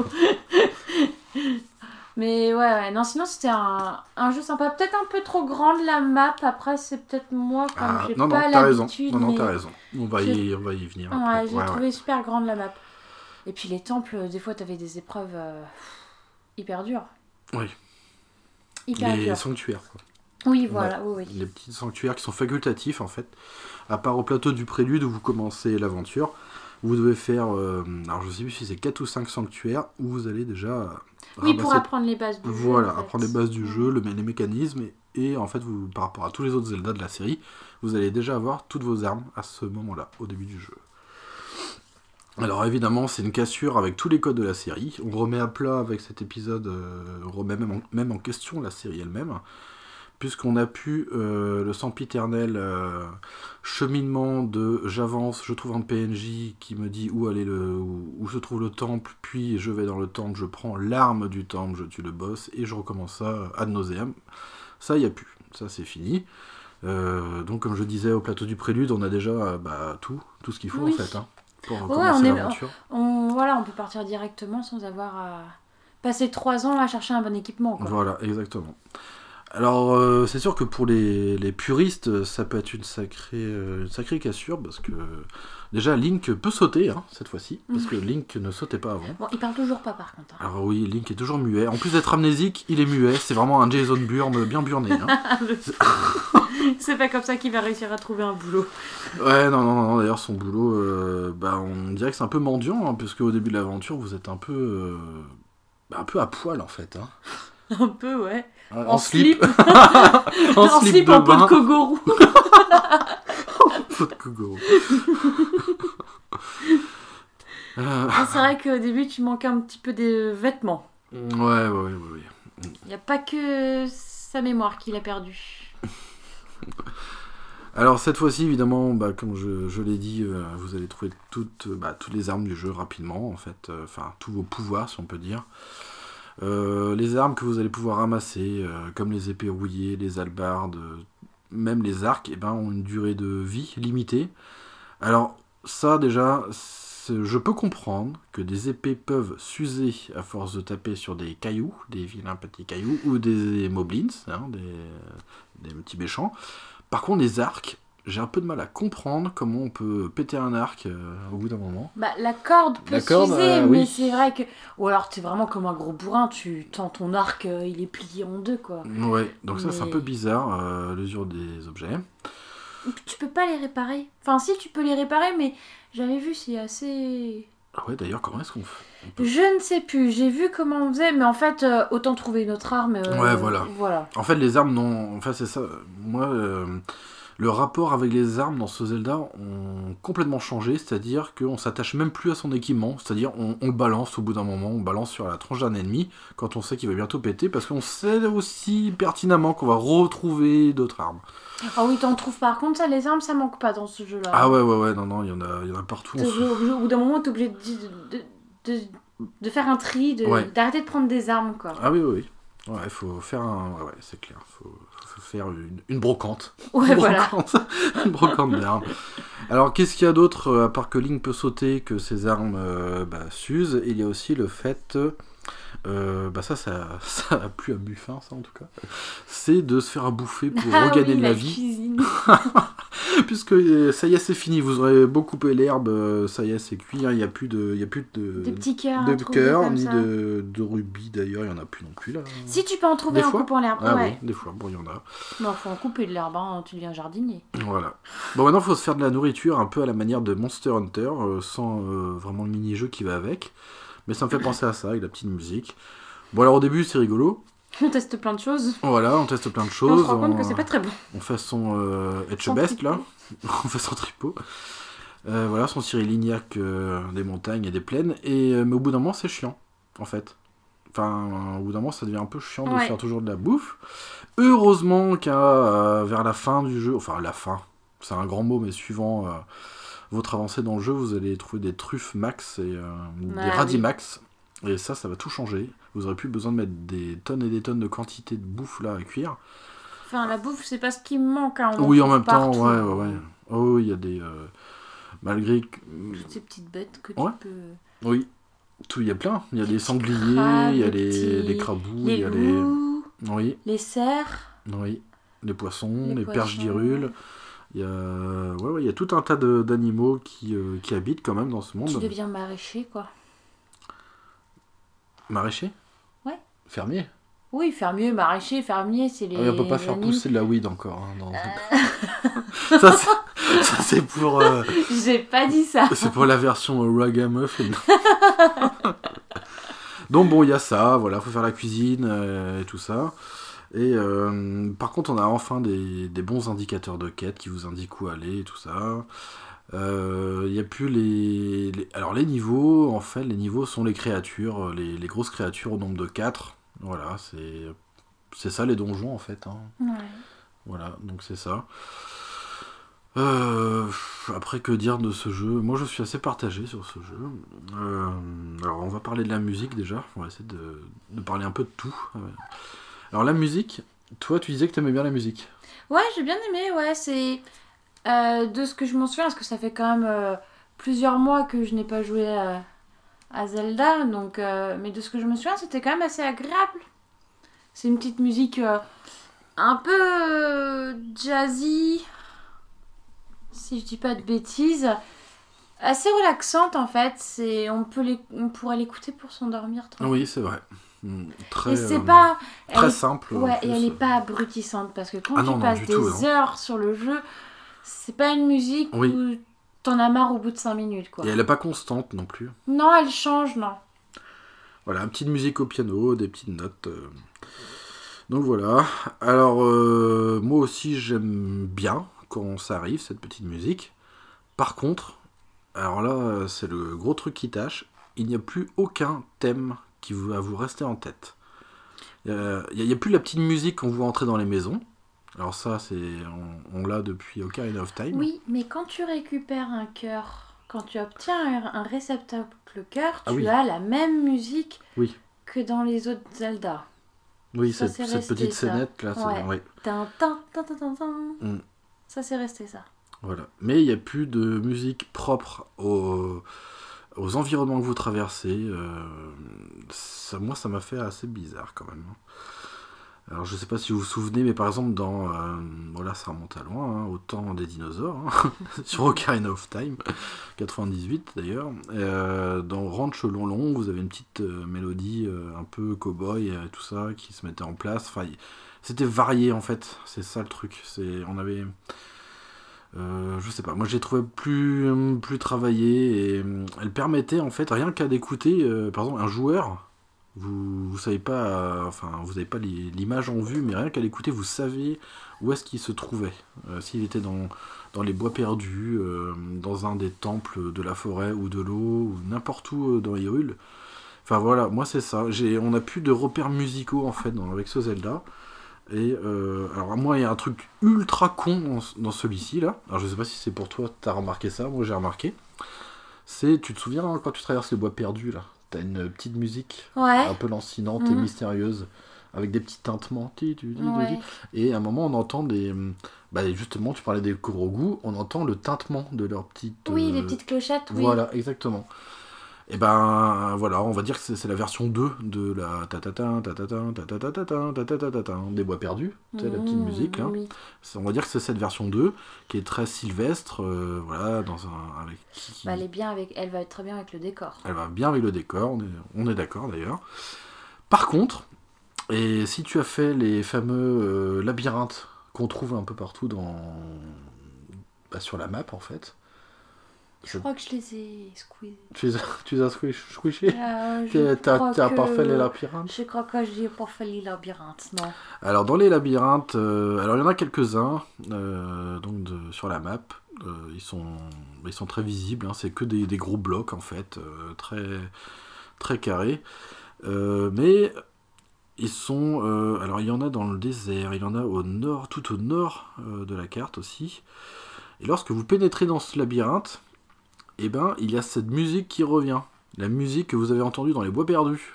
Mais ouais, ouais, non, sinon c'était un, un jeu sympa. Peut-être un peu trop grande la map. Après, c'est peut-être moi, comme Ah, j'ai non, non, pas t'as raison. l'habitude. Non, non, mais... t'as raison. On va, y, on va y venir. Ouais, après. j'ai Ouais, trouvé ouais. super grande la map. Et puis les temples, euh, des fois, t'avais des épreuves euh, hyper dures. Oui. Hyper Les dures. sanctuaires, quoi. Oui, voilà, oui, oui. Les petits sanctuaires qui sont facultatifs, en fait. À part au plateau du prélude où vous commencez l'aventure, vous devez faire, euh, alors je sais plus si c'est quatre ou cinq sanctuaires où vous allez déjà euh, Oui, pour ramasser- apprendre les bases du jeu. Voilà, en fait. apprendre les bases du Mm. jeu, le, les mécanismes, et, et en fait, vous, par rapport à tous les autres Zelda de la série, vous allez déjà avoir toutes vos armes à ce moment-là, au début du jeu. Alors évidemment, c'est une cassure avec tous les codes de la série. On remet à plat avec cet épisode, euh, on remet même en, même en question la série elle-même, puisqu'on a pu euh, le sempiternel euh, cheminement de j'avance, je trouve un P N J qui me dit où aller le, où, où se trouve le temple, puis je vais dans le temple, je prends l'arme du temple, je tue le boss et je recommence ça ad nauseam. Ça, il n'y a plus, ça c'est fini. Euh, donc comme je disais au plateau du prélude, on a déjà euh, bah, tout, tout ce qu'il faut Oui. en fait, hein, pour Ouais, commencer on est- l'aventure. On, voilà, on peut partir directement sans avoir à passer trois ans à chercher un bon équipement. Quoi. Voilà, exactement. Alors, euh, c'est sûr que pour les, les puristes, ça peut être une sacrée, euh, une sacrée cassure, parce que déjà, Link peut sauter, hein, cette fois-ci, parce que Link ne sautait pas avant. Bon, il parle toujours pas par contre. hein. Alors oui, Link est toujours muet. En plus d'être amnésique, il est muet. C'est vraiment un Jason Bourne bien burné. Hein. C'est pas comme ça qu'il va réussir à trouver un boulot. Ouais, non, non, non, non, d'ailleurs, son boulot, euh, bah, on dirait que c'est un peu mendiant, hein, puisque au début de l'aventure, vous êtes un peu... euh, bah, un peu à poil, en fait. Hein. Un peu, ouais. En, En slip. en En slip, slip de en peau bain. de Kogoro. Peau de Kogoro. Euh, Ah, c'est vrai qu'au début, tu manquais un petit peu des vêtements. ouais, ouais, ouais, ouais. Il n'y a pas que sa mémoire qu'il a perdue. Alors cette fois-ci, évidemment, bah, comme je, je l'ai dit, euh, vous allez trouver toutes, bah, toutes les armes du jeu rapidement, en fait, euh, enfin tous vos pouvoirs, si on peut dire. Euh, les armes que vous allez pouvoir ramasser, euh, comme les épées rouillées, les hallebardes, euh, même les arcs, eh ben, ont une durée de vie limitée. Alors ça déjà, c'est- je peux comprendre que des épées peuvent s'user à force de taper sur des cailloux, des vilains petits cailloux, ou des moblins, hein, des, des petits méchants. Par contre, les arcs, j'ai un peu de mal à comprendre comment on peut péter un arc euh, au bout d'un moment. Bah, la corde peut La corde, s'user, euh, mais oui. c'est vrai que... Ou alors t'es vraiment comme un gros bourrin, tu tends ton arc, euh, il est plié en deux, quoi. Ouais, donc ça c'est un Mais- peu bizarre, euh, l'usure des objets. Tu peux pas les réparer. Enfin, si, tu peux les réparer, mais j'avais vu, c'est assez... Ah ouais, d'ailleurs, comment est-ce qu'on fait on peut- Je ne sais plus, j'ai vu comment on faisait, mais en fait, euh, autant trouver une autre arme. euh, Ouais, voilà. Voilà. En fait, les armes, non. Enfin, c'est ça. Moi, euh, le rapport avec les armes dans ce Zelda ont complètement changé. C'est-à-dire qu'on s'attache même plus à son équipement. C'est-à-dire, on, on le balance au bout d'un moment. On balance sur la tronche d'un ennemi quand on sait qu'il va bientôt péter. Parce qu'on sait aussi pertinemment qu'on va retrouver d'autres armes. Ah oui, t'en trouves par contre, ça, les armes, ça manque pas dans ce jeu-là. Ah ouais, ouais, ouais. Non, non, il y en a, il y en a partout. T'es On se- obligé- Au bout d'un moment, t'es obligé de, de, de, de faire un tri, de- Ouais. d'arrêter de prendre des armes, quoi. Ah oui, oui, oui. Ouais, il faut faire un. Ouais, ouais, c'est clair. Il faut, faut faire une, une brocante. Ouais, Une voilà. brocante. Une brocante d'armes. Alors, qu'est-ce qu'il y a d'autre, euh, à part que Link peut sauter, que ses armes euh, bah, s'usent? Il y a aussi le fait. euh, bah, ça, ça, ça a plu à Buffin, ça en tout cas. C'est de se faire à bouffer pour Ah regagner oui, de la, la vie. cuisine. Puisque euh, ça y est, c'est fini. Vous aurez beau couper l'herbe, euh, ça y est, c'est cuit. hein, Il n'y a plus de. Il y a plus de. Des petits cœurs. de à trouver cœur, comme ni ça. de, de rubis d'ailleurs, il n'y en a plus non plus là. Si tu peux en trouver Des en fois coupant l'herbe, Ah ouais. oui, des fois, bon, il y en a. Non, faut en couper de l'herbe, hein, tu deviens jardinier. Voilà. Bon, maintenant, il faut se faire de la nourriture un peu à la manière de Monster Hunter, euh, sans euh, vraiment le mini-jeu qui va avec. Mais ça me fait penser à ça, avec la petite musique. Bon, alors au début, c'est rigolo. On teste plein de choses. Voilà, on teste plein de Et choses. on se rend compte que c'est pas très bon. On fait son euh, Son Etchebest, là. tripot. On fait son tripot. Euh, voilà, son Cyril Lignac euh, des montagnes et des plaines. Et, euh, mais au bout d'un moment, c'est chiant, en fait. Enfin, au bout d'un moment, ça devient un peu chiant de Ouais. faire toujours de la bouffe. Heureusement qu'à euh, vers la fin du jeu, enfin la fin, c'est un grand mot, mais suivant euh, votre avancée dans le jeu, vous allez trouver des truffes max et euh, des Ah, radis oui. max. Et ça, ça va tout changer. Vous aurez plus besoin de mettre des tonnes et des tonnes de quantité de bouffe là à cuire. Enfin, la bouffe, c'est pas ce qui me manque. Hein, on Oui, en trouve même temps, partout. ouais, ouais, ouais. Oh, il y a des. euh, malgré que. Toutes ces petites bêtes que Ouais. tu peux... Oui, tout, il y a plein. Il y a Les des petits sangliers, crabes, il y a les les, petits- les crabouts, il Les y a les. loups, Oui, les cerfs. oui. Les poissons, Les les, perches poissons. d'Hyrule. Il y a. Ouais, ouais, il y a tout un tas de- d'animaux qui, euh, qui habitent quand même dans ce monde. Tu deviens maraîcher, quoi. Maraîcher? Ouais. Fermier? Oui, fermier, maraîcher, fermier, c'est les... Ah oui, on peut pas faire animaux. pousser de la weed encore. hein, dans- ça, c'est- ça, c'est pour. euh, J'ai pas dit ça. C'est pour la version euh, Ragamuffin. Donc bon, il y a ça, voilà, faut faire la cuisine euh, et tout ça. Et euh, par contre, on a enfin des, des bons indicateurs de quête qui vous indiquent où aller et tout ça. Euh, Il y a plus les, les- Alors les niveaux, en fait, les niveaux sont les créatures, les, les grosses créatures au nombre de quatre. Voilà, c'est c'est ça les donjons en fait. hein. Ouais. Voilà, donc c'est ça. Euh, après, que dire de ce jeu? Moi, je suis assez partagé sur ce jeu. Euh, alors, on va parler de la musique déjà. On va essayer de, de parler un peu de tout. Euh, Alors, la musique, toi, tu disais que tu aimais bien la musique. Ouais, j'ai bien aimé, ouais, c'est... euh, de ce que je m'en souviens, parce que ça fait quand même euh, plusieurs mois que je n'ai pas joué à, à Zelda, donc... euh, mais de ce que je me souviens, c'était quand même assez agréable. C'est une petite musique euh, un peu euh, jazzy, si je dis pas de bêtises. Assez relaxante, en fait. C'est, on, peut l'éc- on pourrait l'écouter pour s'endormir. tranquille. Oui, c'est vrai. Mm, Très, Et c'est euh, pas... très elle est- simple. en Ouais, et plus. elle est pas abrutissante, parce que quand Ah tu non, non, passes du des tout, non. heures sur le jeu, c'est pas une musique Oui. où t'en as marre au bout de cinq minutes, quoi. Et elle est pas constante non plus. Non, elle change, non. Voilà, une petite musique au piano, des petites notes. euh. Donc voilà. Alors, euh, moi aussi, j'aime bien quand ça arrive, cette petite musique. Par contre, alors là, euh, c'est le gros truc qui tâche. Il n'y a plus aucun thème qui va vous rester en tête. Il n'y a, a plus la petite musique qu'on voit entrer dans les maisons. Alors ça, c'est on, on l'a depuis Ocarina of Time. Oui, mais quand tu récupères un cœur, quand tu obtiens un, un réceptacle cœur, tu Ah oui. as la même musique Oui. que dans les autres Zelda. Oui, Ça, cette, c'est cette resté, petite ça. scénette là. c'est- Ouais. ouais. Tin, tin, tin, tin, tin, tin. Mm. Ça, c'est resté ça. Voilà. Mais il n'y a plus de musique propre au, aux environnements que vous traversez. Euh, ça, moi, ça m'a fait assez bizarre quand même. Alors, je sais pas si vous vous souvenez, mais par exemple, dans. Euh, voilà, ça remonte à loin, hein, au temps des dinosaures, hein, sur Ocarina of Time, quatre-vingt-dix-huit d'ailleurs. Euh, dans Ranch Long Long, vous avez une petite euh, mélodie euh, un peu cow-boy et tout ça qui se mettait en place. Enfin, y- c'était varié en fait, c'est ça le truc. C'est, on avait. Euh, je sais pas, moi j'ai trouvé plus, plus travaillé et euh, elle permettait en fait rien qu'à d'écouter, euh, par exemple un joueur, vous, vous savez pas, euh, enfin vous avez pas l'i- l'image en vue, mais rien qu'à l'écouter vous savez où est-ce qu'il se trouvait. Euh, s'il était dans, dans les bois perdus, euh, dans un des temples de la forêt ou de l'eau, ou n'importe où euh, dans Hyrule. Enfin voilà, moi c'est ça, j'ai, on a plus de repères musicaux en fait dans, avec ce Zelda. Et euh, alors moi il y a un truc ultra con dans, dans celui-ci là. Alors je sais pas si c'est pour toi, t'as remarqué ça, moi j'ai remarqué. C'est, tu te souviens hein, quand tu traverses les bois perdus là, t'as une petite musique Ouais. un peu lancinante et Mhm. mystérieuse avec des petits tintements. Ti, tu, ti, tu, ti. Ouais. Et à un moment on entend des, bah justement tu parlais des Korogu, on entend le tintement de leurs petites. Oui, les euh, petites clochettes, oui. Voilà, exactement. Et ben voilà, on va dire que c'est, c'est la version deux de la tatata tatata tatata tatata tatata des bois perdus, tu sais la petite Mmh, musique là. oui. C'est- On va dire que c'est cette version deux qui est très sylvestre, euh, voilà, dans un avec qui, qui- Bah, elle est bien avec, elle va être très bien avec le décor. elle va bien avec le décor, on est, on est d'accord d'ailleurs. Par contre, et si tu as fait les fameux euh, labyrinthes qu'on trouve un peu partout dans bah, sur la map en fait, Je je- crois que je les ai squeezés. tu les as, tu les as squish- squishés. Euh, T'as, je t'as, crois t'as que... pas fait les labyrinthes. Je crois que j'ai pas fait les labyrinthes, non. Alors dans les labyrinthes, euh, alors il y en a quelques-uns euh, donc de- sur la map. Euh, ils sont ils sont très visibles. Hein, c'est que des, des gros blocs en fait, euh, très très carrés. Euh, mais ils sont euh, alors il y en a dans le désert, il y en a au nord, tout au nord euh, de la carte aussi. Et lorsque vous pénétrez dans ce labyrinthe, eh ben il y a cette musique qui revient, la musique que vous avez entendue dans les bois perdus.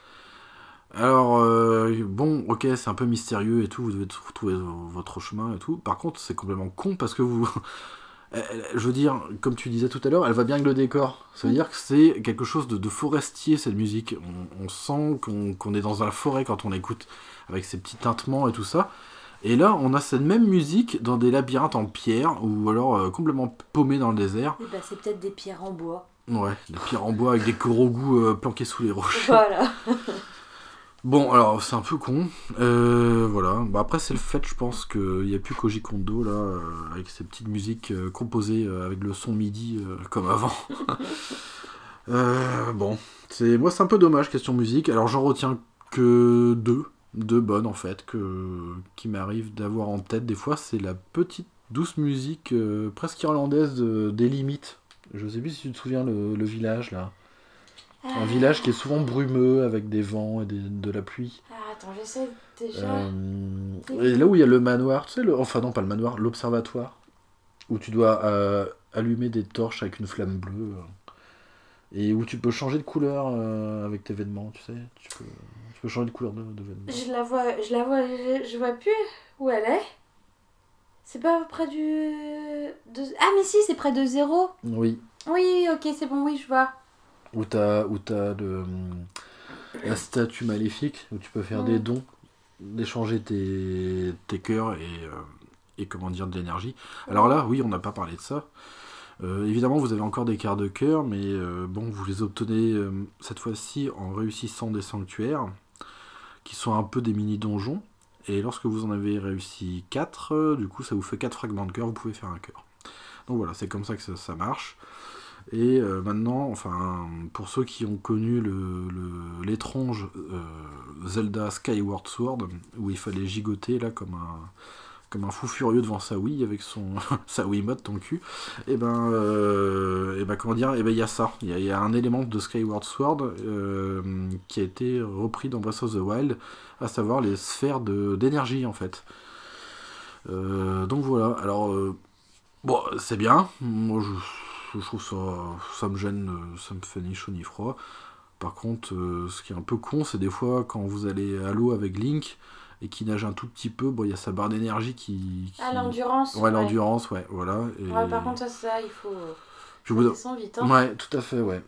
Alors, euh, bon, ok, c'est un peu mystérieux et tout, vous devez retrouver votre chemin et tout. Par contre, c'est complètement con parce que vous. Elle- elle- je veux dire, comme tu disais tout à l'heure, elle va bien avec le décor. Ça veut dire que c'est quelque chose de, de forestier cette musique. On, on sent qu'on qu'on est dans la forêt quand on l'écoute, avec ces petits tintements et tout ça. Et là, on a cette même musique dans des labyrinthes en pierre ou alors euh, complètement paumés dans le désert. Eh ben, c'est peut-être des pierres en bois. Ouais, des pierres en bois avec des korogus euh, planqués sous les roches. Voilà. Bon, alors c'est un peu con. Euh, voilà. Bah, après, c'est le fait, je pense, qu'il n'y a plus Koji Kondo là, euh, avec ses petites musiques euh, composées euh, avec le son MIDI euh, comme avant. Euh, bon, c'est moi, c'est un peu dommage, question musique. Alors, j'en retiens que deux. Deux bonnes en fait, que, qui m'arrive d'avoir en tête des fois. C'est la petite douce musique euh, presque irlandaise de- des limites. Je sais plus si tu te souviens le, le village là. Un village qui est souvent brumeux avec des vents et des- de la pluie. Ah, attends, j'essaie déjà. Euh, et là où il y a le manoir, tu sais, le, enfin non pas le manoir, l'observatoire, où tu dois euh, allumer des torches avec une flamme bleue, euh, et où tu peux changer de couleur euh, avec tes vêtements, tu sais, tu peux, tu peux changer de couleur de, de vêtements. Je la vois, je la vois, je, je vois plus où elle est. C'est pas près du... de- Ah, mais si, c'est près de zéro. Oui, Oui, ok, c'est bon, oui, je vois. où t'as, où t'as le, hum, la statue maléfique, où tu peux faire Mm. des dons, d'échanger tes, tes cœurs et, euh, et comment dire de l'énergie. Alors là, oui, on n'a pas parlé de ça. Euh, évidemment, vous avez encore des quarts de cœur, mais euh, bon, vous les obtenez euh, cette fois-ci en réussissant des sanctuaires, qui sont un peu des mini-donjons. Et lorsque vous en avez réussi quatre, euh, du coup, ça vous fait quatre fragments de cœur, vous pouvez faire un cœur. Donc voilà, c'est comme ça que ça, ça marche. Et euh, maintenant, enfin, pour ceux qui ont connu le, le- l'étrange euh, Zelda Skyward Sword, où il fallait gigoter là comme un, comme un fou furieux devant sa Wii avec son sa Wiimote ton cul, et ben, euh, et ben comment dire, et ben il y a ça, il y, a- il y a un élément de Skyward Sword euh, qui a été repris dans Breath of the Wild, à savoir les sphères de, d'énergie en fait. Euh, donc voilà, alors euh, bon, c'est bien, moi je, je trouve ça, ça me gêne, euh, ça me fait ni chaud ni froid. Par contre, euh, ce qui est un peu con, c'est des fois quand vous allez à l'eau avec Link et qui nage un tout petit peu, bon, il y a sa barre d'énergie qui, qui... Ah, l'endurance. Ouais, l'endurance, ouais, voilà. Et... Ouais, par contre, ça, ça, il faut... Puis au bout d'un- descendre vite, hein. Ouais, tout à fait, ouais.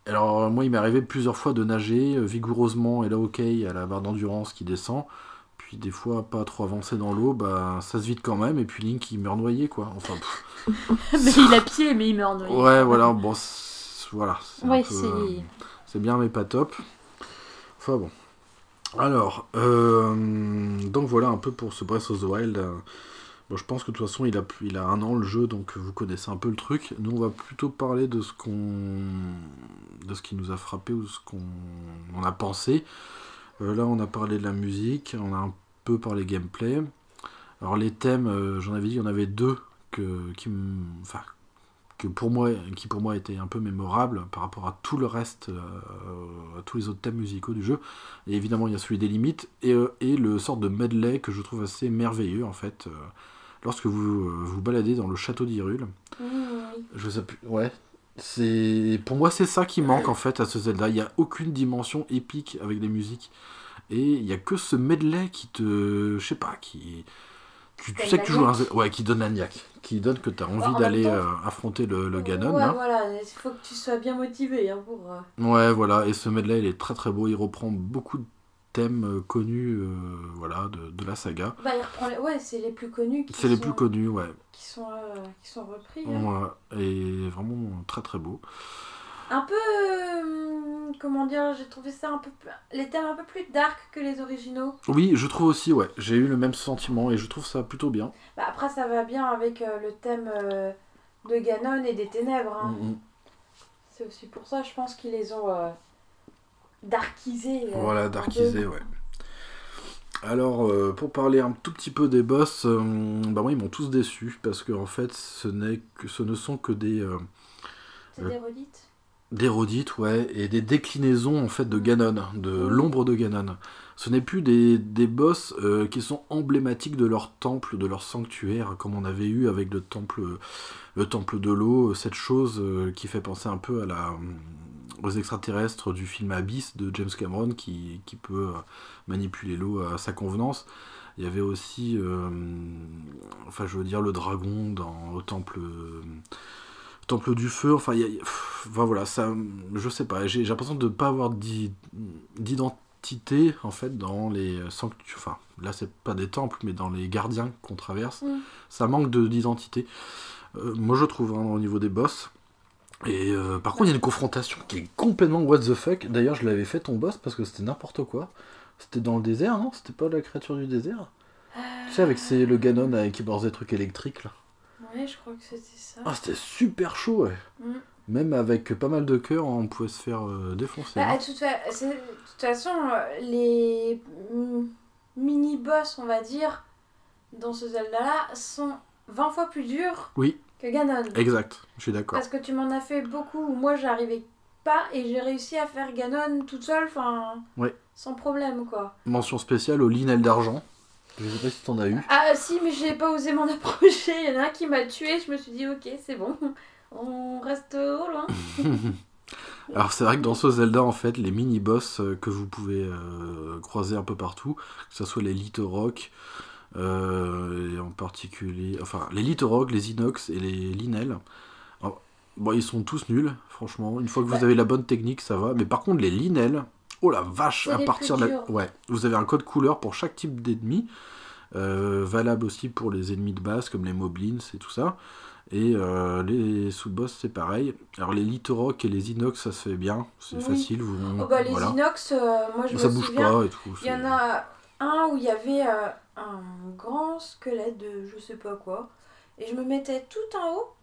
Alors moi il m'est arrivé plusieurs fois de nager euh, vigoureusement et là ok à la barre d'endurance qui descend, puis des fois pas trop avancé dans l'eau, bah ça se vide quand même et puis Link il meurt noyé quoi. Enfin pff, Mais il a pied, mais il meurt noyé. ouais voilà bon c'est- voilà c'est un Ouais, peu, c'est... euh, c'est bien mais pas top. Enfin bon. Alors euh, donc voilà un peu pour ce Breath of the Wild. euh, Bon, je pense que de toute façon, il a, il a un an le jeu, donc vous connaissez un peu le truc. Nous, on va plutôt parler de ce qu'on, de ce qui nous a frappé ou ce qu'on en a pensé. Euh, là, on a parlé de la musique, on a un peu parlé gameplay. Alors les thèmes, euh, j'en avais dit, il y en avait deux que, qui, m- enfin, que pour moi, qui pour moi étaient un peu mémorables par rapport à tout le reste, euh, à tous les autres thèmes musicaux du jeu. Et évidemment, il y a celui des limites et, euh, et le sort de medley que je trouve assez merveilleux en fait. euh, lorsque vous euh, vous baladez dans le château d'Hyrule. Mmh, oui. Je sais plus. Ouais. C'est pour moi c'est ça qui manque en fait à ce Zelda. Il y a aucune dimension épique avec les musiques et il y a que ce medley qui te, je sais pas, qui tu, tu Donne sais la que tu joues un niaque. Zelda- ouais, qui donne la niaque, qui donne que tu as Bah, envie en même d'aller temps, euh, affronter le, le Ganon ouais, là. voilà, il faut que tu sois bien motivé hein, pour... euh, Ouais, voilà, et ce medley il est très très beau, il reprend beaucoup de thèmes euh, connus euh, voilà de, de la saga. Bah, il reprend les... Ouais, c'est les plus connus qui C'est les sont, plus connus, ouais. qui sont, euh, qui sont repris. Hein. Voilà, et vraiment très très beau. Un peu... euh, comment dire, j'ai trouvé ça un peu... plus- les thèmes un peu plus dark que les originaux. Oui, je trouve aussi, ouais. J'ai eu le même sentiment et je trouve ça plutôt bien. Bah, après, ça va bien avec euh, le thème euh, de Ganon et des ténèbres. Hein. Mm, mm. C'est aussi pour ça, je pense qu'ils les ont euh, darkisés. euh, Voilà, un darkisé, peu. ouais. Alors, euh, pour parler un tout petit peu des boss, euh, bah moi ils m'ont tous déçu parce que en fait, ce n'est que ce ne sont que des euh, C'est euh, des redites. des rodites, ouais, et des déclinaisons en fait de Ganon, de l'ombre de Ganon. Ce n'est plus des, des boss euh, qui sont emblématiques de leur temple, de leur sanctuaire, comme on avait eu avec le temple, le temple de l'eau, cette chose euh, qui fait penser un peu à la, aux extraterrestres du film Abyss de James Cameron qui, qui peut euh, manipuler l'eau à sa convenance. Il y avait aussi, euh, enfin je veux dire, le dragon dans, au temple, euh, temple du feu. Enfin, il y a, pff, enfin, voilà, ça, je sais pas. J'ai, j'ai l'impression de ne pas avoir d'i- d'identité en fait dans les sanctuaires. Enfin, là c'est pas des temples, mais dans les gardiens qu'on traverse, Mm. ça manque de, d'identité. Euh, moi je trouve hein, au niveau des boss. Et euh, par contre, il y a une confrontation qui est complètement what the fuck. D'ailleurs, je l'avais fait ton boss parce que c'était n'importe quoi. C'était dans le désert, non? C'était pas la créature du désert? Tu sais, avec ces, le Ganon avec qui balance des trucs électriques là. Ouais, je crois que c'était ça. Ah, c'était super chaud, ouais. Mm. Même avec pas mal de cœurs, on pouvait se faire euh, défoncer. Bah, hein. de toute fa- c'est- de toute façon, euh, les mm, mini-boss, on va dire, dans ce Zelda-là, sont vingt fois plus durs Oui, que Ganon. exact, je suis d'accord. Parce que tu m'en as fait beaucoup où moi j'arrivais pas et j'ai réussi à faire Ganon toute seule, enfin, Ouais. sans problème quoi. Mention spéciale au Linel d'argent. Je sais pas si t'en as eu. Ah si, mais j'ai pas osé m'en approcher, il y en a un qui m'a tué, je me suis dit ok, c'est bon, on reste au loin. Alors c'est vrai que dans ce Zelda, en fait, les mini-boss euh, que vous pouvez euh, croiser un peu partout, que ce soit les Litorok, euh, et en particulier... Enfin, les Litorok, les Inox et les Linel. Alors, bon, ils sont tous nuls, franchement. Une fois que vous Ouais. avez la bonne technique, ça va. Mais par contre, les Linel, oh la vache, C'est à les partir plus de la... durs. Ouais, vous avez un code couleur pour chaque type d'ennemi. Euh, valable aussi pour les ennemis de base comme les Moblins et tout ça. Et euh, les sous-boss c'est pareil. Alors les Litorok et les Inox ça se fait bien, c'est Oui. facile. Vous, Oh bah les voilà. inox, euh, moi je Ça me bouge souviens, pas et tout. il y en a un où il y avait euh, un grand squelette de je sais pas quoi, et je me mettais tout en haut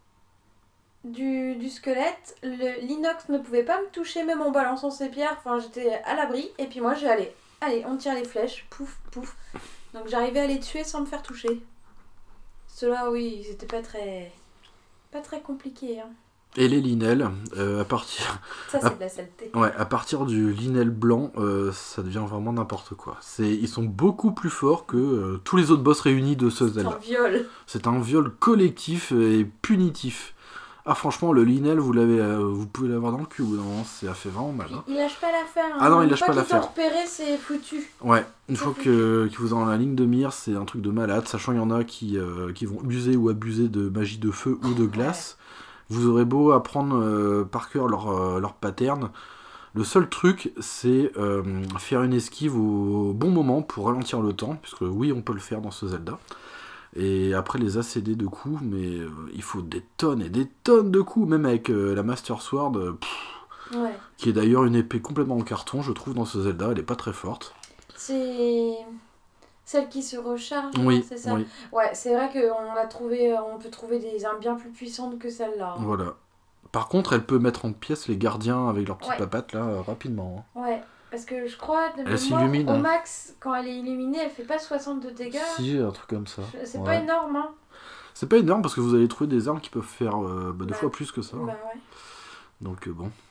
du, du squelette, Le- l'inox ne pouvait pas me toucher même en balançant ses pierres, enfin j'étais à l'abri, et puis moi j'allais, allez on tire les flèches, pouf pouf, donc j'arrivais à les tuer sans me faire toucher. Ceux-là oui, c'était pas très, pas très compliqué, hein. Et les Linel, euh, à partir, Ça c'est Ah. de la saleté. ouais, à partir du Linel blanc, euh, ça devient vraiment n'importe quoi. C'est, ils sont beaucoup plus forts que euh, tous les autres boss réunis de ce C'est un Zelda. viol. C'est un viol collectif et punitif. Ah franchement, le Linel, vous l'avez, euh, vous pouvez l'avoir dans le cul. Non, ça fait vraiment mal. hein. Il lâche pas l'affaire. Hein. Ah non, il Une lâche fois pas qu'ils l'affaire. t'ont repéré, c'est foutu. Ouais, une C'est fois foutu. que, qu'ils vous ont dans la ligne de mire, c'est un truc de malade, sachant qu'il y en a qui, euh, qui vont user ou abuser de magie de feu ou de glace. Vous aurez beau apprendre euh, par cœur leur, euh, leur pattern, le seul truc, c'est euh, faire une esquive au bon moment pour ralentir le temps, puisque oui, on peut le faire dans ce Zelda. Et après les A C D de coups, mais euh, il faut des tonnes et des tonnes de coups, même avec euh, la Master Sword, euh, pff, Ouais. qui est d'ailleurs une épée complètement en carton, je trouve, dans ce Zelda, elle est pas très forte. C'est celle qui se recharge, Oui, c'est ça. oui. Ouais, c'est vrai qu'on l'a trouvé, on peut trouver des armes bien plus puissantes que celle-là. Hein. Voilà. Par contre, elle peut mettre en pièces les gardiens avec leurs petites Ouais. papates, là, euh, rapidement. hein. Ouais, parce que je crois, de Elle mémoire, s'illumine, au hein. max, quand elle est illuminée, elle fait pas soixante de dégâts. Si, un truc comme ça. C'est Ouais. pas énorme, hein. C'est pas énorme parce que vous allez trouver des armes qui peuvent faire euh, bah, deux Bah, fois plus que ça. Bah hein. ouais. Donc euh, bon.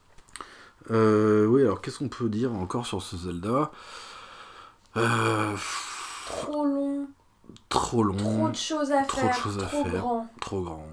Euh, oui, alors qu'est-ce qu'on peut dire encore sur ce Zelda euh, Trop long, Trop long, trop de choses à trop faire, de choses à trop faire. grand. trop grand.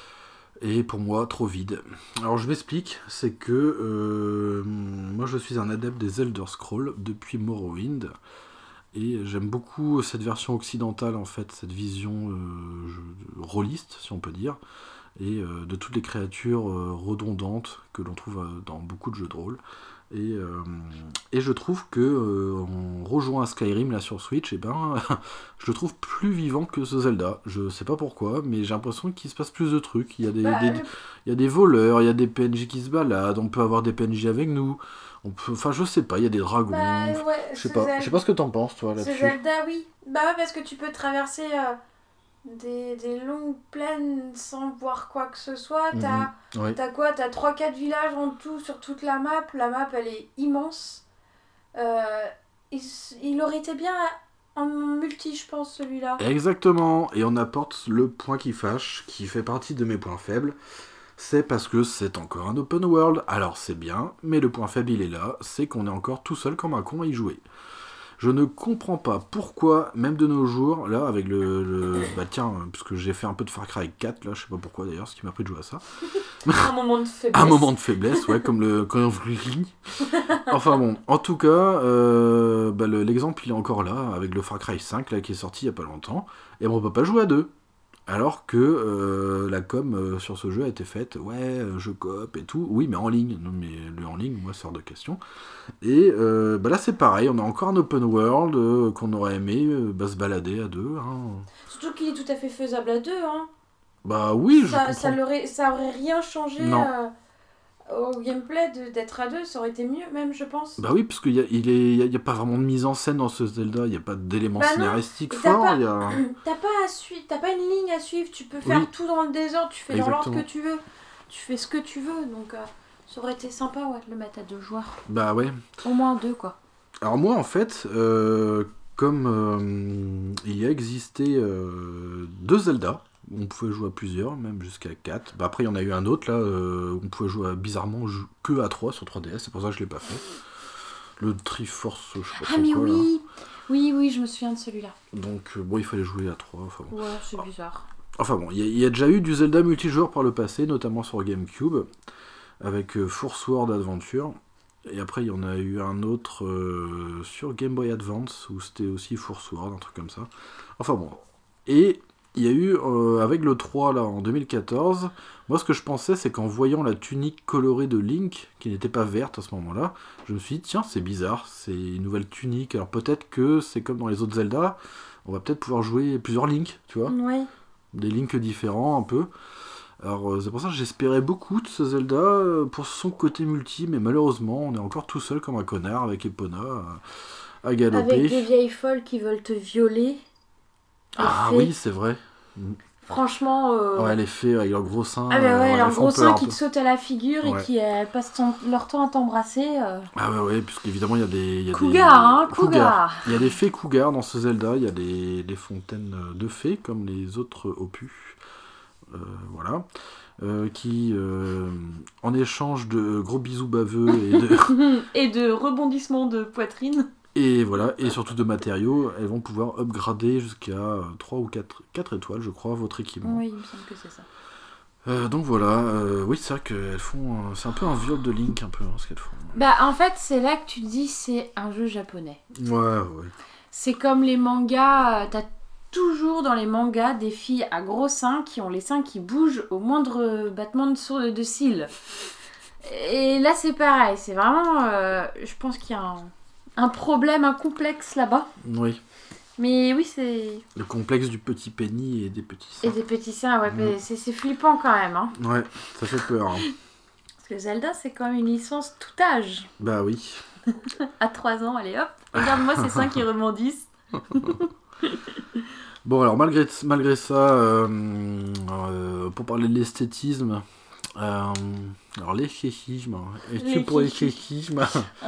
Et pour moi, trop vide. Alors je m'explique, c'est que euh, moi je suis un adepte des Elder Scrolls depuis Morrowind. Et j'aime beaucoup cette version occidentale, en fait, cette vision euh, je- rôliste, si on peut dire, et euh, de toutes les créatures euh, redondantes que l'on trouve euh, dans beaucoup de jeux de rôle. Et, euh, et je trouve que euh, en rejoignant Skyrim là sur Switch, et ben, je le trouve plus vivant que ce Zelda. Je sais pas pourquoi, mais j'ai l'impression qu'il se passe plus de trucs. Il y a des, Bah, des- le- il y a des voleurs, il y a des P N J qui se baladent, on peut avoir des P N J avec nous. On peut, enfin, je sais pas, il y a des dragons. bah, ouais, Je sais ce pas, Zelda- je sais pas ce que t'en penses toi ce là-dessus. Zelda, oui. Bah ouais, parce que tu peux traverser euh, des, des longues plaines sans voir quoi que ce soit. T'as Mhm. Ouais. T'as quoi? T'as trois quatre villages en tout sur toute la map. La map, elle est immense. Euh, il, il aurait été bien en multi, je pense, celui-là. Exactement, et on apporte le point qui fâche, qui fait partie de mes points faibles. C'est parce que c'est encore un open world. Alors c'est bien, mais le point faible il est là, c'est qu'on est encore tout seul comme un con à y jouer. Je ne comprends pas pourquoi, même de nos jours, là, avec le... le- bah tiens, parce que j'ai fait un peu de Far Cry quatre, là, je sais pas pourquoi d'ailleurs, ce qui m'a pris de jouer à ça. Un moment de faiblesse. Un moment de faiblesse, ouais, comme le quand on Enfin bon, en tout cas, euh, bah, le- l'exemple il est encore là, avec le Far Cry cinq, là, qui est sorti il y a pas longtemps, et on peut pas jouer à deux. Alors que euh, la com euh, sur ce jeu a été faite, ouais, euh, jeu coop et tout, oui, mais en ligne. Non, mais le en ligne, moi, c'est hors de question. Et euh, bah là, c'est pareil, on a encore un open world euh, qu'on aurait aimé euh, bah, se balader à deux. Hein. Surtout qu'il est tout à fait faisable à deux. Hein. Bah oui, je ça, comprends. ça, l'aurait, ça aurait rien changé Non. euh, au gameplay de, d'être à deux. Ça aurait été mieux, même, je pense. Bah oui, parce qu'il n'y a, il est, il y a, il y a pas vraiment de mise en scène dans ce Zelda, il n'y a pas d'éléments Bah non, scénaristiques et t'as forts. pas- il Y a... T'as pas à suivre, t'as pas une ligne à suivre. Tu peux faire Oui. tout dans le désordre. Tu fais dans l'ordre Exactement. que tu veux. Tu fais ce que tu veux. Donc, euh, ça aurait été sympa, ouais, de le mettre à deux joueurs. Bah ouais. Au moins deux, quoi. Alors moi, en fait, euh, comme euh, il y a existé euh, deux Zelda, où on pouvait jouer à plusieurs, même jusqu'à quatre. Bah après, il y en a eu un autre, là, euh, où on pouvait jouer à, bizarrement jou- que à trois sur trois D S, c'est pour ça que je l'ai pas fait. Le Triforce, je sais pas Ah, trop mais quoi, là. oui. Oui, oui, je me souviens de celui-là. Donc, euh, bon, il fallait jouer à trois, enfin bon. Ouais, c'est bizarre. Enfin bon, il y, a- il y a déjà eu du Zelda multijoueur par le passé, notamment sur GameCube, avec euh, Force World Adventure. Et après, il y en a eu un autre euh, sur Game Boy Advance, où c'était aussi Force World, un truc comme ça. Enfin bon. Et il y a eu, euh, avec le trois, là, en deux mille quatorze, moi, ce que je pensais, c'est qu'en voyant la tunique colorée de Link, qui n'était pas verte à ce moment-là, je me suis dit, tiens, c'est bizarre, c'est une nouvelle tunique. Alors peut-être que c'est comme dans les autres Zelda, on va peut-être pouvoir jouer plusieurs Link, tu vois, Ouais. des Links différents, un peu. Alors euh, c'est pour ça que j'espérais beaucoup de ce Zelda euh, pour son côté multi, mais malheureusement on est encore tout seul comme un connard avec Epona euh, à galoper. Avec des vieilles folles qui veulent te violer. Ah Les fées. oui, c'est vrai. Franchement. Euh... Ouais, les fées avec leurs gros seins. Ah bah ouais, euh, leurs elles font gros peur seins un qui peu. te sautent à la figure Ouais. et qui euh, passent ton- leur temps à t'embrasser. euh. Ah ouais, ouais, puisqu'évidemment il y a des... il y a Cougar, des... hein, cougar. Il y a des fées cougars dans ce Zelda, il y a des, des fontaines de fées comme les autres opus. Euh, voilà. Euh, qui, euh, en échange de gros bisous baveux et de... Et de rebondissement de poitrine. Et voilà, et surtout de matériaux, elles vont pouvoir upgrader jusqu'à trois ou quatre, quatre étoiles, je crois, votre équipement. Oui, il me semble que c'est ça. Euh, donc voilà, euh, oui, c'est vrai qu'elles font. un- C'est un peu un viol de Link, un peu, hein, ce qu'elles font. Bah en fait, c'est là que tu te dis c'est un jeu japonais. Ouais, ouais. C'est comme les mangas, euh, t'as toujours dans les mangas des filles à gros seins qui ont les seins qui bougent au moindre battement de, sour- de cils. Et là, c'est pareil. C'est vraiment... euh, je pense qu'il y a un, un problème, un complexe là-bas. Oui. Mais oui, c'est... Le complexe du petit pénis et des petits seins. Et des petits seins, ouais. Mm. mais C'est, c'est flippant quand même. Hein. Ouais, ça fait peur. Hein. Parce que Zelda, c'est quand même une licence tout âge. Bah oui. À trois ans, allez hop. Regarde-moi ces seins qui rebondissent. Bon, alors malgré, malgré ça, euh, euh, pour parler de l'esthétisme, euh, alors l'esthétisme, es-tu pour l'esthétisme?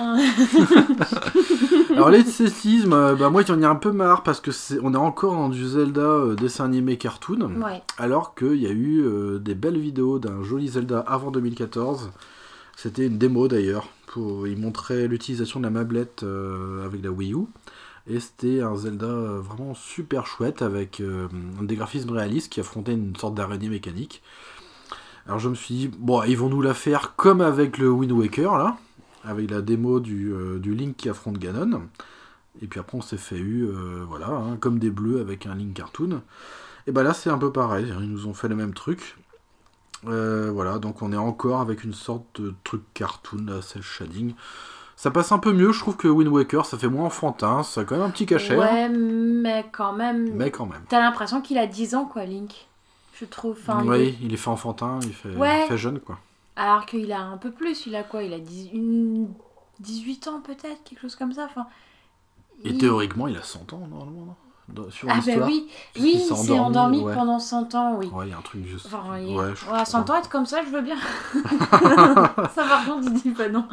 Alors l'esthétisme, euh, bah moi j'en ai un peu marre parce que c'est, on est encore dans du Zelda euh, dessin animé cartoon, Ouais. alors qu'il y a eu euh, des belles vidéos d'un joli Zelda avant deux mille quatorze. C'était une démo d'ailleurs, pour, il montrait l'utilisation de la mablette euh, avec la Wii U. Et c'était un Zelda vraiment super chouette avec euh, des graphismes réalistes qui affrontaient une sorte d'araignée mécanique. Alors je me suis dit, bon, ils vont nous la faire comme avec le Wind Waker, là, avec la démo du, euh, du Link qui affronte Ganon. Et puis après on s'est fait eu, euh, voilà, hein, comme des bleus avec un Link cartoon. Et ben là c'est un peu pareil, ils nous ont fait le même truc. Euh, voilà, donc on est encore avec une sorte de truc cartoon, là, cel shading. Ça passe un peu mieux, je trouve, que Wind Waker, ça fait moins enfantin, ça a quand même un petit cachet. Ouais, hein. mais quand même... Mais quand même. T'as l'impression qu'il a dix ans, quoi, Link. Je trouve. Enfin, oui, il est... il est fait enfantin, il fait, Ouais. il fait jeune, quoi. Alors qu'il a un peu plus, il a quoi? Il a dix... une... dix-huit ans, peut-être, quelque chose comme ça. Enfin, Et il... théoriquement, il a cent ans, normalement, non Dans, sur Ah l'histoire. bah oui, Puisqu'il oui, s'est il s'est endormi, endormi, ouais. pendant cent ans, oui. Ouais, il y a un truc juste... Enfin, il... ouais, je ouais, à cent crois. ans, être comme ça, je veux bien. Ça, par contre, il dit pas non.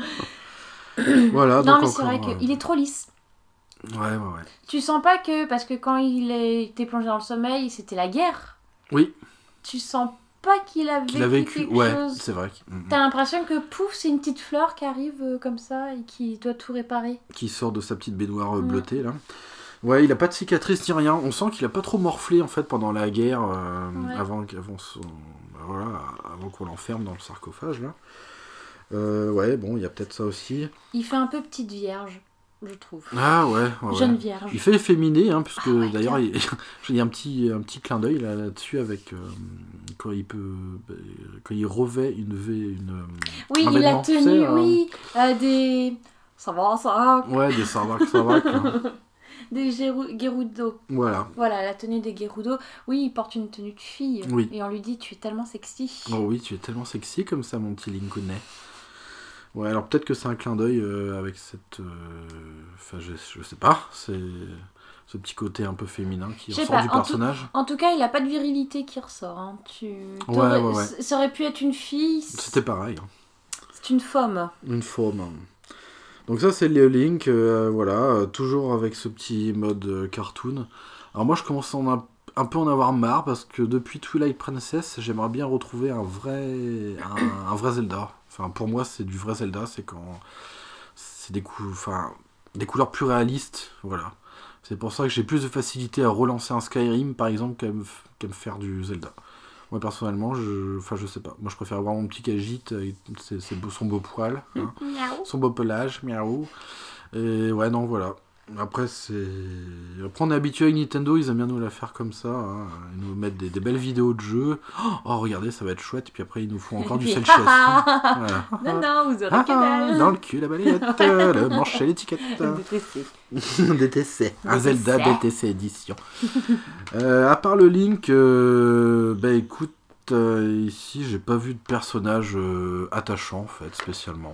Voilà, Non, donc mais c'est encore, vrai euh, qu'il est trop lisse. Ouais, ouais, ouais. Tu sens pas que, parce que quand il était plongé dans le sommeil, c'était la guerre. Oui, Tu sens pas qu'il a vécu, qu'il a vécu, quelque ouais, chose. c'est vrai. Mm, mm. T'as l'impression que pouf, c'est une petite fleur qui arrive euh, comme ça et qui doit tout réparer. Qui sort de sa petite baignoire euh, Mm. bleutée, là. Ouais, il a pas de cicatrice ni rien. On sent qu'il a pas trop morflé, en fait, pendant la guerre, euh, Ouais. avant, avant, son... bah, voilà, avant qu'on l'enferme dans le sarcophage, là. Euh, ouais, bon, il y a peut-être ça aussi. Il fait un peu petite vierge, je trouve. Ah ouais, ouais, ouais. Jeune vierge. Il fait efféminé, hein, puisque Ah ouais, d'ailleurs, carrément. il, il y a un petit, un petit clin d'œil là, là-dessus avec euh, quand il peut, bah, quand il revêt une, v- une euh, Oui, un il a vêtement, tu sais, tenu, euh, oui, euh, des... Ça va, ça va. Ouais, des sarvacs, sarvacs. hein. Des Geru- Gerudo. Voilà. Voilà, la tenue des Gerudo. Oui, il porte une tenue de fille. Oui. Et on lui dit, tu es tellement sexy. Oh oui, tu es tellement sexy comme ça, mon petit Linkounet. Ouais, alors peut-être que c'est un clin d'œil euh, avec cette, euh, enfin, je, je sais pas, c'est ce petit côté un peu féminin qui Je sais ressort pas, du en tout- personnage. En tout cas, il a pas de virilité qui ressort. Hein. Tu... Ouais, t'aurais- ouais, ouais. c- Ça aurait pu être une fille. C'était pareil. hein. C'est une femme. Une forme. Donc ça c'est le Link, euh, voilà, euh, toujours avec ce petit mode euh, cartoon. Alors moi je commence à en a- un peu en avoir marre parce que depuis Twilight Princess, j'aimerais bien retrouver un vrai, un, un vrai Zelda. Enfin pour moi c'est du vrai Zelda, c'est quand c'est des, cou- enfin, des couleurs plus réalistes, voilà. C'est pour ça que j'ai plus de facilité à relancer un Skyrim par exemple qu'à me, f- qu'à me faire du Zelda. Moi personnellement, je, enfin je sais pas, moi je préfère avoir mon petit Khajiit avec ses- ses beaux- son beau poil. hein. Miaou. Son beau pelage, miaou. Et ouais, non, voilà. Après, c'est. Après, on est habitué avec Nintendo, ils aiment bien nous la faire comme ça. hein. Ils nous mettent des, des belles vidéos de jeux. Oh, regardez, ça va être chouette. Puis après, ils nous font encore Et du puis, self chassis. Voilà. Non, non, vous aurez Ah, que ah, dalle. dans le cul, la balayette, le manche à l'étiquette. Détesté. D T C. Un D T C. Zelda D T C édition. Euh, à part le Link, euh, bah écoute, euh, ici, j'ai pas vu de personnage euh, attachant, en fait, spécialement.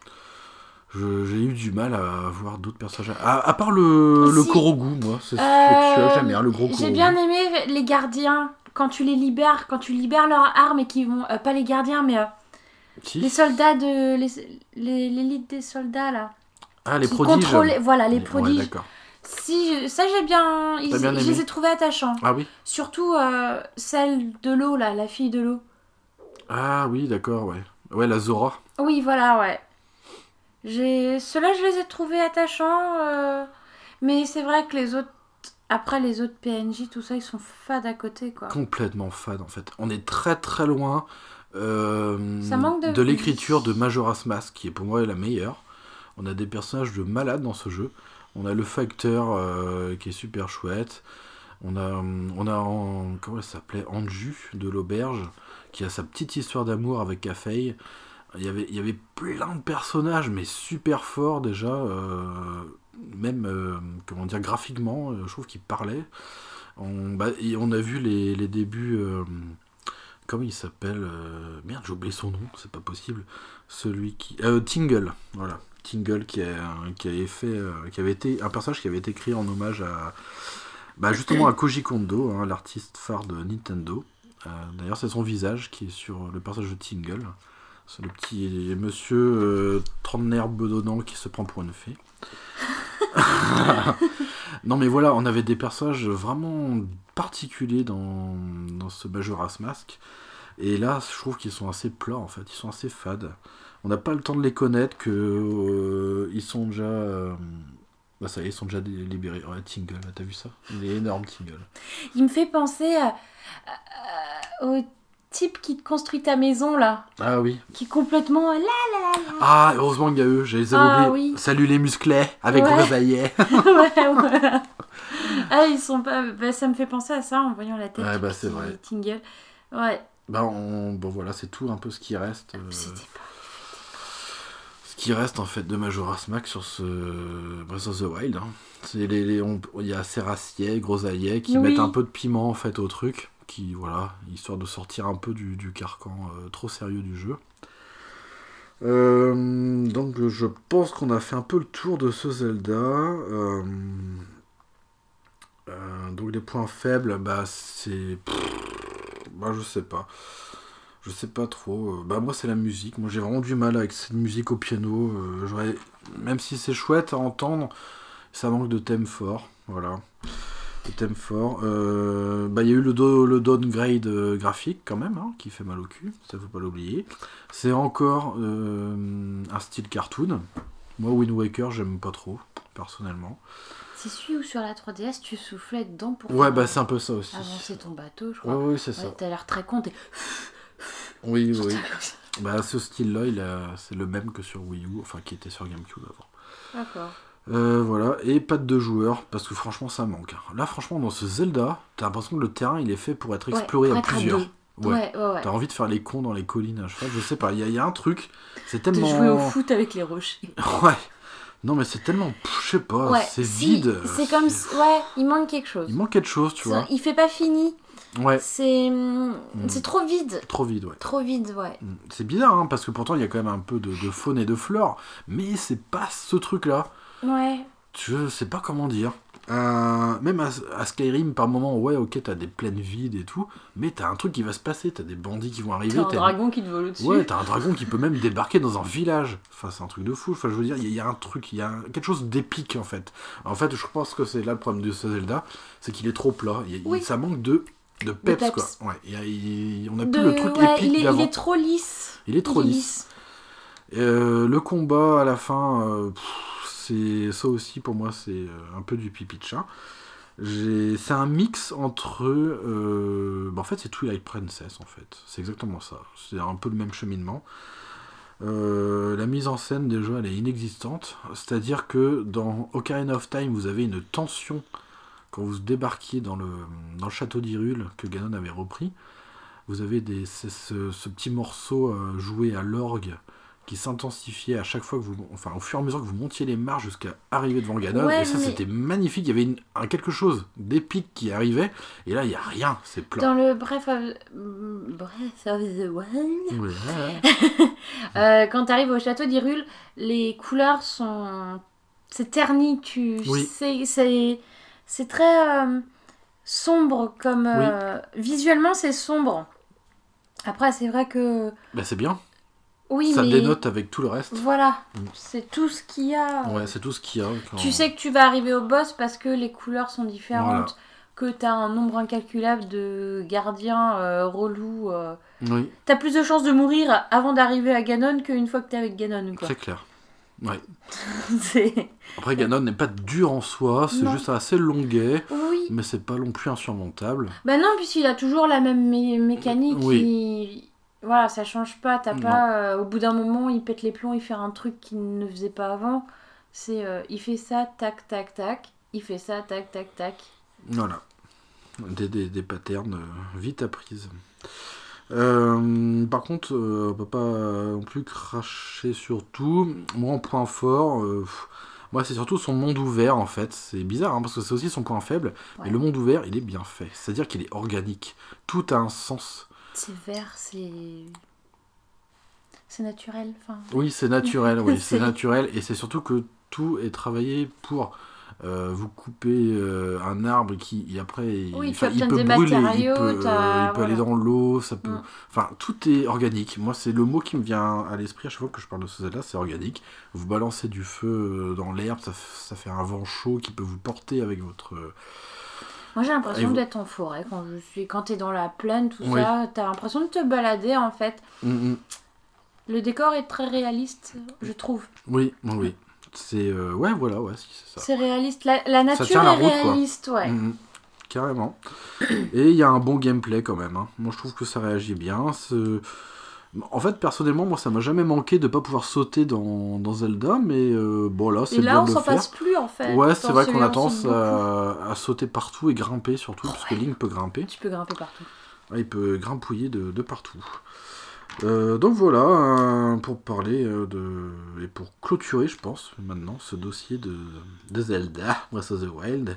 Je- j'ai eu du mal à voir d'autres personnages. À, à part le, le Si. Korogu, moi, c'est Euh, celui-là, j'aime bien, le gros Korogu. J'ai bien aimé les gardiens quand tu les libères, quand tu libères leurs armes et qu'ils vont, euh, pas les gardiens, mais euh, Si. les soldats de les- les- l'élite des soldats là. Ah, les qui prodiges. contrôlaient- voilà, les Ouais, prodiges. d'accord. Si je- ça j'ai bien, ils- T'as bien je aimé les ai trouvés attachants. Ah oui. Surtout euh, celle de l'eau là, la fille de l'eau. Ah oui, d'accord, ouais. Ouais, la Zora. Oui, voilà, ouais. J'ai ceux-là je les ai trouvés attachants, euh, mais c'est vrai que les autres, après les autres P N J, tout ça, ils sont fades à côté quoi. Complètement fade, en fait. On est très très loin euh, Ça manque de- de l'écriture de Majora's Mask, qui est pour moi la meilleure. On a des personnages de malades dans ce jeu. On a le facteur euh, qui est super chouette. On a, on a en, comment elle s'appelait, Anju de l'auberge, qui a sa petite histoire d'amour avec Kafei. Il y avait, il y avait plein de personnages, mais super forts déjà, euh, même, euh, comment dire, graphiquement, euh, je trouve qu'ils parlaient. On, bah, et on a vu les, les débuts, euh, comment il s'appelle euh, merde, j'ai oublié son nom, c'est pas possible. Celui qui... Euh, Tingle, voilà. Tingle qui, a, qui, avait fait, euh, qui avait été un personnage qui avait été créé en hommage à... Bah justement à Koji Kondo, hein, l'artiste phare de Nintendo. Euh, d'ailleurs, c'est son visage qui est sur le personnage de Tingle. C'est le petit monsieur euh, trentenaire bedonnant qui se prend pour une fée. Non mais voilà, on avait des personnages vraiment particuliers dans, dans ce Majora's Mask. Et là, je trouve qu'ils sont assez plats en fait, ils sont assez fades. On n'a pas le temps de les connaître, que euh, ils sont déjà... Euh... Bah ça y est, ils sont déjà libérés. Ouais, Tingle, t'as vu ça? Il est énorme, Tingle. Il me fait penser à, à- au type qui te construit ta maison, là. Ah oui. Qui est complètement... Là, là, là, là. Ah, heureusement qu'il y a eux, j'ai les ai Ah, oubliés. oui. Salut les musclets, avec Ouais. Grevaillet. Ouais, voilà. Ah, ils sont pas... Bah, ça me fait penser à ça en voyant la tête Ouais, du bah, petit c'est vrai. Tingle. Ouais. Bah, on... bon voilà, c'est tout un peu ce qui reste. euh, C'était pas... Ce qui reste en fait de Majora's Mask sur ce Breath of the Wild. Hein. C'est les, les- on- il y a Serracier, Grosaillet qui Oui. mettent un peu de piment en fait au truc, qui voilà, histoire de sortir un peu du, du carcan euh, trop sérieux du jeu. Euh, donc je pense qu'on a fait un peu le tour de ce Zelda. Euh, euh, donc les points faibles, bah c'est, pff, bah je sais pas. Je sais pas trop. Euh, Bah moi c'est la musique. Moi j'ai vraiment du mal avec cette musique au piano. Euh, j'aurais... Même si c'est chouette à entendre, ça manque de thème fort. Voilà. De thème fort. Euh, Bah il y a eu le, do- le downgrade euh, graphique quand même, hein, qui fait mal au cul. Ça faut pas l'oublier. C'est encore euh, un style cartoon. Moi Wind Waker j'aime pas trop, personnellement. C'est celui où sur la trois D S tu soufflais dedans pour Ouais faire bah c'est un peu ça aussi. avancer ton bateau, je Ouais crois. ouais c'est Ouais, ça. t'as l'air très con, t'es... Oui oui. Bah ce style-là, il a... c'est le même que sur Wii U, enfin qui était sur GameCube avant. D'accord. Euh, voilà, et pas de deux joueurs, parce que franchement ça manque. Là franchement dans ce Zelda, t'as l'impression que le terrain il est fait pour être exploré Ouais, pour à être à plusieurs. deux. Ouais, ouais, ouais. T'as envie de faire les cons dans les collines à cheval, je sais pas, il y, a- il y a un truc, c'est De tellement... jouer au foot avec les rochers. Ouais, non mais c'est tellement, pff, je sais pas, Ouais, c'est si, vide. C'est comme... si- Ouais, il manque quelque chose. Il manque quelque chose, tu vois. Il fait pas fini. Ouais, C'est... mm. C'est trop vide. trop vide, ouais. Trop vide, ouais. Mm. C'est bizarre, hein, parce que pourtant il y a quand même un peu de, de faune et de flore, mais c'est pas ce truc-là. Ouais. Je sais pas comment dire. Euh, même à, à Skyrim, par moment, ouais, ok, t'as des plaines vides et tout, mais t'as un truc qui va se passer, t'as des bandits qui vont arriver. T'as un t'as dragon qui te vole au-dessus. Ouais, t'as un dragon qui peut même débarquer dans un village. Enfin, c'est un truc de fou. Enfin, je veux dire, il y, y a un truc, il y a un- quelque chose d'épique en fait. En fait, je pense que c'est là le problème de ce Zelda, c'est qu'il est trop plat. Il, Oui. il- ça manque de, de peps, peps. quoi. Ouais, il y a- il- on a De- plus le truc ouais, épique il est, d'avant. il est trop lisse. Il est trop Il est lisse. Euh, le combat à la fin, euh, pff, c'est ça aussi pour moi, c'est euh, un peu du pipi de chat. J'ai... C'est un mix entre. Euh... bah, en fait, c'est Twilight Princess en fait. C'est exactement ça. C'est un peu le même cheminement. Euh, la mise en scène déjà elle est inexistante. C'est-à-dire que dans Ocarina of Time, vous avez une tension quand vous débarquiez dans le, dans le château d'Hyrule que Ganon avait repris. Vous avez des, c'est ce, ce petit morceau euh, joué à l'orgue qui s'intensifiait à chaque fois que vous, enfin au fur et à mesure que vous montiez les marches jusqu'à arriver devant Ganon. Ouais, et ça mais- c'était magnifique. Il y avait une- un quelque chose d'épique qui arrivait. Et là il y a rien, c'est plat. Dans le Breath of... Breath of the Wild, Ouais. euh, quand t'arrives au château d'Hyrule, les couleurs sont... C'est terni, tu Oui. sais, c'est... C'est très euh, sombre, comme... euh, Visuellement, c'est sombre. Après, c'est vrai que... Bah, c'est bien. Oui, Ça mais... dénote avec tout le reste. Voilà, Mm. c'est tout ce qu'il y a. Ouais, c'est tout ce qu'il y a. Quand... Tu sais que tu vas arriver au boss parce que les couleurs sont différentes, Voilà. que t'as un nombre incalculable de gardiens euh, relous. euh. Oui, T'as plus de chances de mourir avant d'arriver à Ganon qu'une fois que t'es avec Ganon, quoi. c'est clair. Ouais. C'est... Après, Ganon n'est pas dur en soi, c'est Non. juste assez longuet, Oui. mais c'est pas non plus insurmontable. Bah non, puisqu'il a toujours la même mé- mécanique. Oui. il- Voilà, ça change pas. T'as Non. pas... euh, au bout d'un moment, il pète les plombs, il fait un truc qu'il ne faisait pas avant. C'est... euh, il fait ça, tac, tac, tac. Il fait ça, tac, tac, tac. Voilà. des, des, des patterns euh, vite apprises. Euh, par contre, euh, on peut pas non plus cracher sur tout. Moi, en point fort, euh, pff, moi, c'est surtout son monde ouvert, en fait. C'est bizarre, hein, parce que c'est aussi son point faible. Ouais. Mais le monde ouvert, il est bien fait. C'est-à-dire qu'il est organique. Tout a un sens. C'est vert, c'est. C'est naturel. Enfin... Oui, c'est naturel, oui, c'est C'est- naturel. Et c'est surtout que tout est travaillé pour... euh, vous coupez euh, un arbre qui et après Oui, il, tu enfin, il obtiens peut des brûler, il matériaux, peut, euh, t'as- il peut aller voilà. dans l'eau, ça peut, Mm. enfin tout est organique. Moi c'est le mot qui me vient à l'esprit à chaque fois que je parle de ce Zelda, c'est organique. Vous balancez du feu euh, dans l'herbe, ça, f- ça fait un vent chaud qui peut vous porter avec votre. euh, Moi, j'ai Et l'impression vous- d'être en forêt quand je suis. Quand t'es dans la plaine, tout Oui. ça, t'as l'impression de te balader en fait. Mm, mm. Le décor est très réaliste, je trouve. Oui, oui, oui. C'est euh, ouais voilà ouais si, c'est ça. C'est réaliste. La, la nature tient la est route, quoi. réaliste, ouais. Mm, mm. Carrément. Et il y a un bon gameplay quand même. Hein. Moi je trouve que ça réagit bien. c'est- En fait, personnellement, moi, ça m'a jamais manqué de pas pouvoir sauter dans, dans Zelda, mais euh, bon, là, c'est Et le là, bien on de le s'en faire. passe plus en fait. Ouais, c'est Dans vrai qu'on celui-là, a on tendance saute beaucoup. à, à sauter partout et grimper surtout, parce que Link peut grimper. Tu peux grimper partout. Ouais, il peut grimpouiller de, de partout. Euh, donc voilà, euh, pour parler euh, de... et pour clôturer, je pense, maintenant, ce dossier de, de Zelda, Breath of the Wild.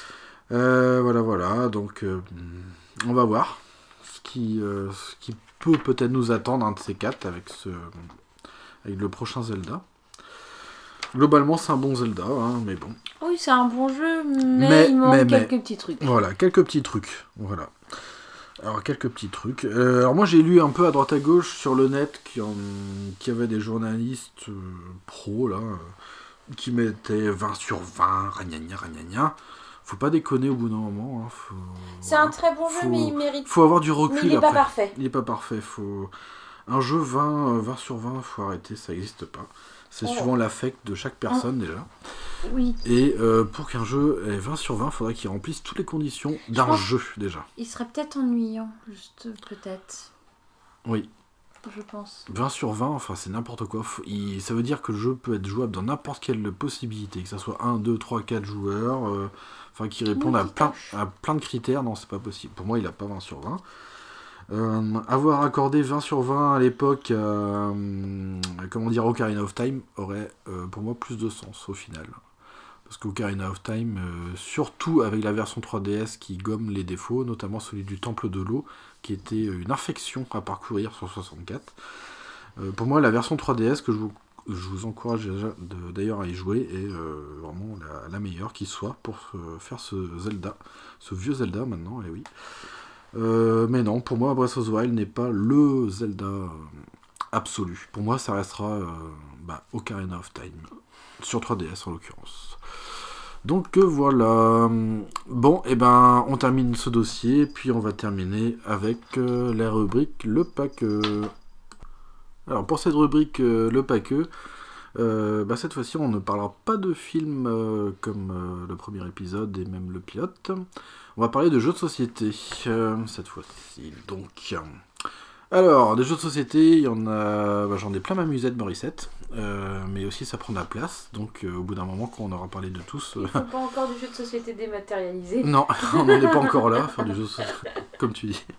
Euh, voilà, voilà, donc euh, on va voir ce qui, euh, ce qui peut peut-être nous attendre, un de ces quatre, avec, ce, avec le prochain Zelda. Globalement, c'est un bon Zelda, hein, mais bon. Oui, c'est un bon jeu, mais, Mais- il manque mais- quelques mais- petits trucs. Voilà, quelques petits trucs, voilà. Alors, quelques petits trucs. Euh, alors, moi, j'ai lu un peu à droite à gauche sur le net qu'il y, avait des journalistes euh, pros, là, euh, qui mettaient vingt sur vingt, ragnagna, ragnagna. Faut pas déconner au bout d'un moment. Hein, faut, C'est voilà. un très bon jeu, Faut- mais il mérite. Faut avoir du Mais recul il est pas après. parfait. Il est pas parfait. Faut... Un jeu vingt, euh, vingt sur vingt, faut arrêter, ça n'existe pas. C'est Oh. suivant l'affect de chaque personne déjà. Oui. Et euh, pour qu'un jeu ait vingt sur vingt, il faudrait qu'il remplisse toutes les conditions d'un pense- jeu déjà. Il serait peut-être ennuyant, juste peut-être. Oui. Je pense. vingt sur vingt, enfin c'est n'importe quoi. Faut- il- ça veut dire que le jeu peut être jouable dans n'importe quelle possibilité, que ça soit un, deux, trois, quatre joueurs, euh, enfin qui répondent à plein, Multitâche. à plein de critères. Non, c'est pas possible. Pour moi, il a pas vingt sur vingt. Euh, avoir accordé vingt sur vingt à l'époque, euh, comment dire, Ocarina of Time aurait euh, pour moi plus de sens au final. Parce qu'Ocarina of Time, euh, surtout avec la version trois D S qui gomme les défauts, notamment celui du Temple de l'eau, qui était une infection à parcourir sur soixante-quatre. Euh, pour moi, la version trois D S que je vous, je vous encourage déjà de- d'ailleurs à y jouer est euh, vraiment la, la meilleure qui soit pour euh, faire ce Zelda, ce vieux Zelda maintenant, et oui. Euh, mais non, pour moi, Breath of the Wild n'est pas le Zelda euh, absolu. Pour moi, ça restera euh, bah, Ocarina of Time, sur trois D S en l'occurrence. Donc euh, voilà. Bon, et ben, on termine ce dossier, puis on va terminer avec euh, la rubrique Le Paqueux. Alors pour cette rubrique euh, Le Paqueux, euh, bah, cette fois-ci on ne parlera pas de films euh, comme euh, le premier épisode et même le pilote. On va parler de jeux de société euh, cette fois-ci. Donc, alors des jeux de société, il y en a, bah, j'en ai plein ma musette Morissette, euh, mais aussi ça prend de la place. Donc euh, au bout d'un moment, quand on aura parlé de tous, euh, Il faut pas encore du jeu de société dématérialisé. non, on n'en est pas encore là, faire du jeu de société, comme tu dis.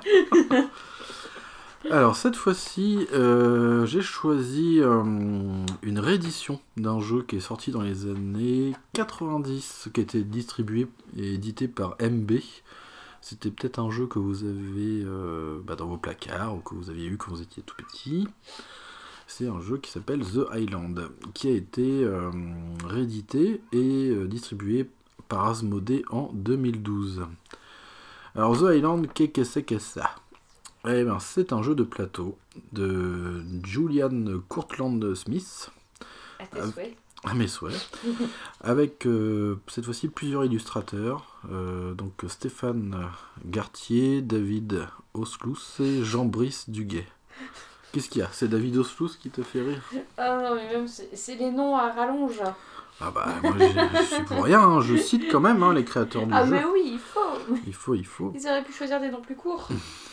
Alors cette fois-ci, euh, j'ai choisi euh, une réédition d'un jeu qui est sorti dans les années quatre-vingt-dix, qui a été distribué et édité par M B. C'était peut-être un jeu que vous avez euh, bah, dans vos placards ou que vous aviez eu quand vous étiez tout petit. C'est un jeu qui s'appelle The Island, qui a été euh, réédité et euh, distribué par Asmodée en deux mille douze. Alors The Island, qu'est-ce que c'est que ça ? Eh ben, c'est un jeu de plateau de Julian Courtland Smith, À tes Ah. souhaits. à mes souhaits, avec euh, cette fois-ci plusieurs illustrateurs, euh, donc Stéphane Gartier, David Oslous et Jean-Brice Duguet. Qu'est-ce qu'il y a ? C'est David Oslous qui te fait rire ? Ah non, mais même c'est c'est les noms à rallonge. Ah bah, moi je suis pour rien, hein. Je cite quand même hein, les créateurs du Ah jeu. mais oui, il faut. Il faut, il faut. Ils auraient pu choisir des noms plus courts.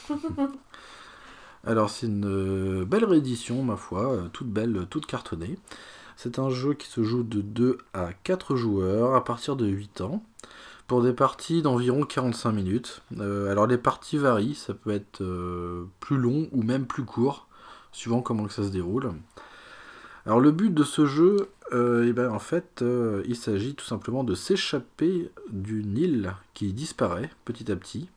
Alors c'est une euh, belle réédition, ma foi, euh, toute belle, toute cartonnée. C'est un jeu qui se joue de deux à quatre joueurs à partir de huit ans. pour des parties d'environ quarante-cinq minutes. Euh, alors les parties varient, ça peut être euh, plus long ou même plus court, suivant comment que ça se déroule. Alors le but de ce jeu, euh, eh ben, en fait, euh, il s'agit tout simplement de s'échapper d'une île qui disparaît petit à petit,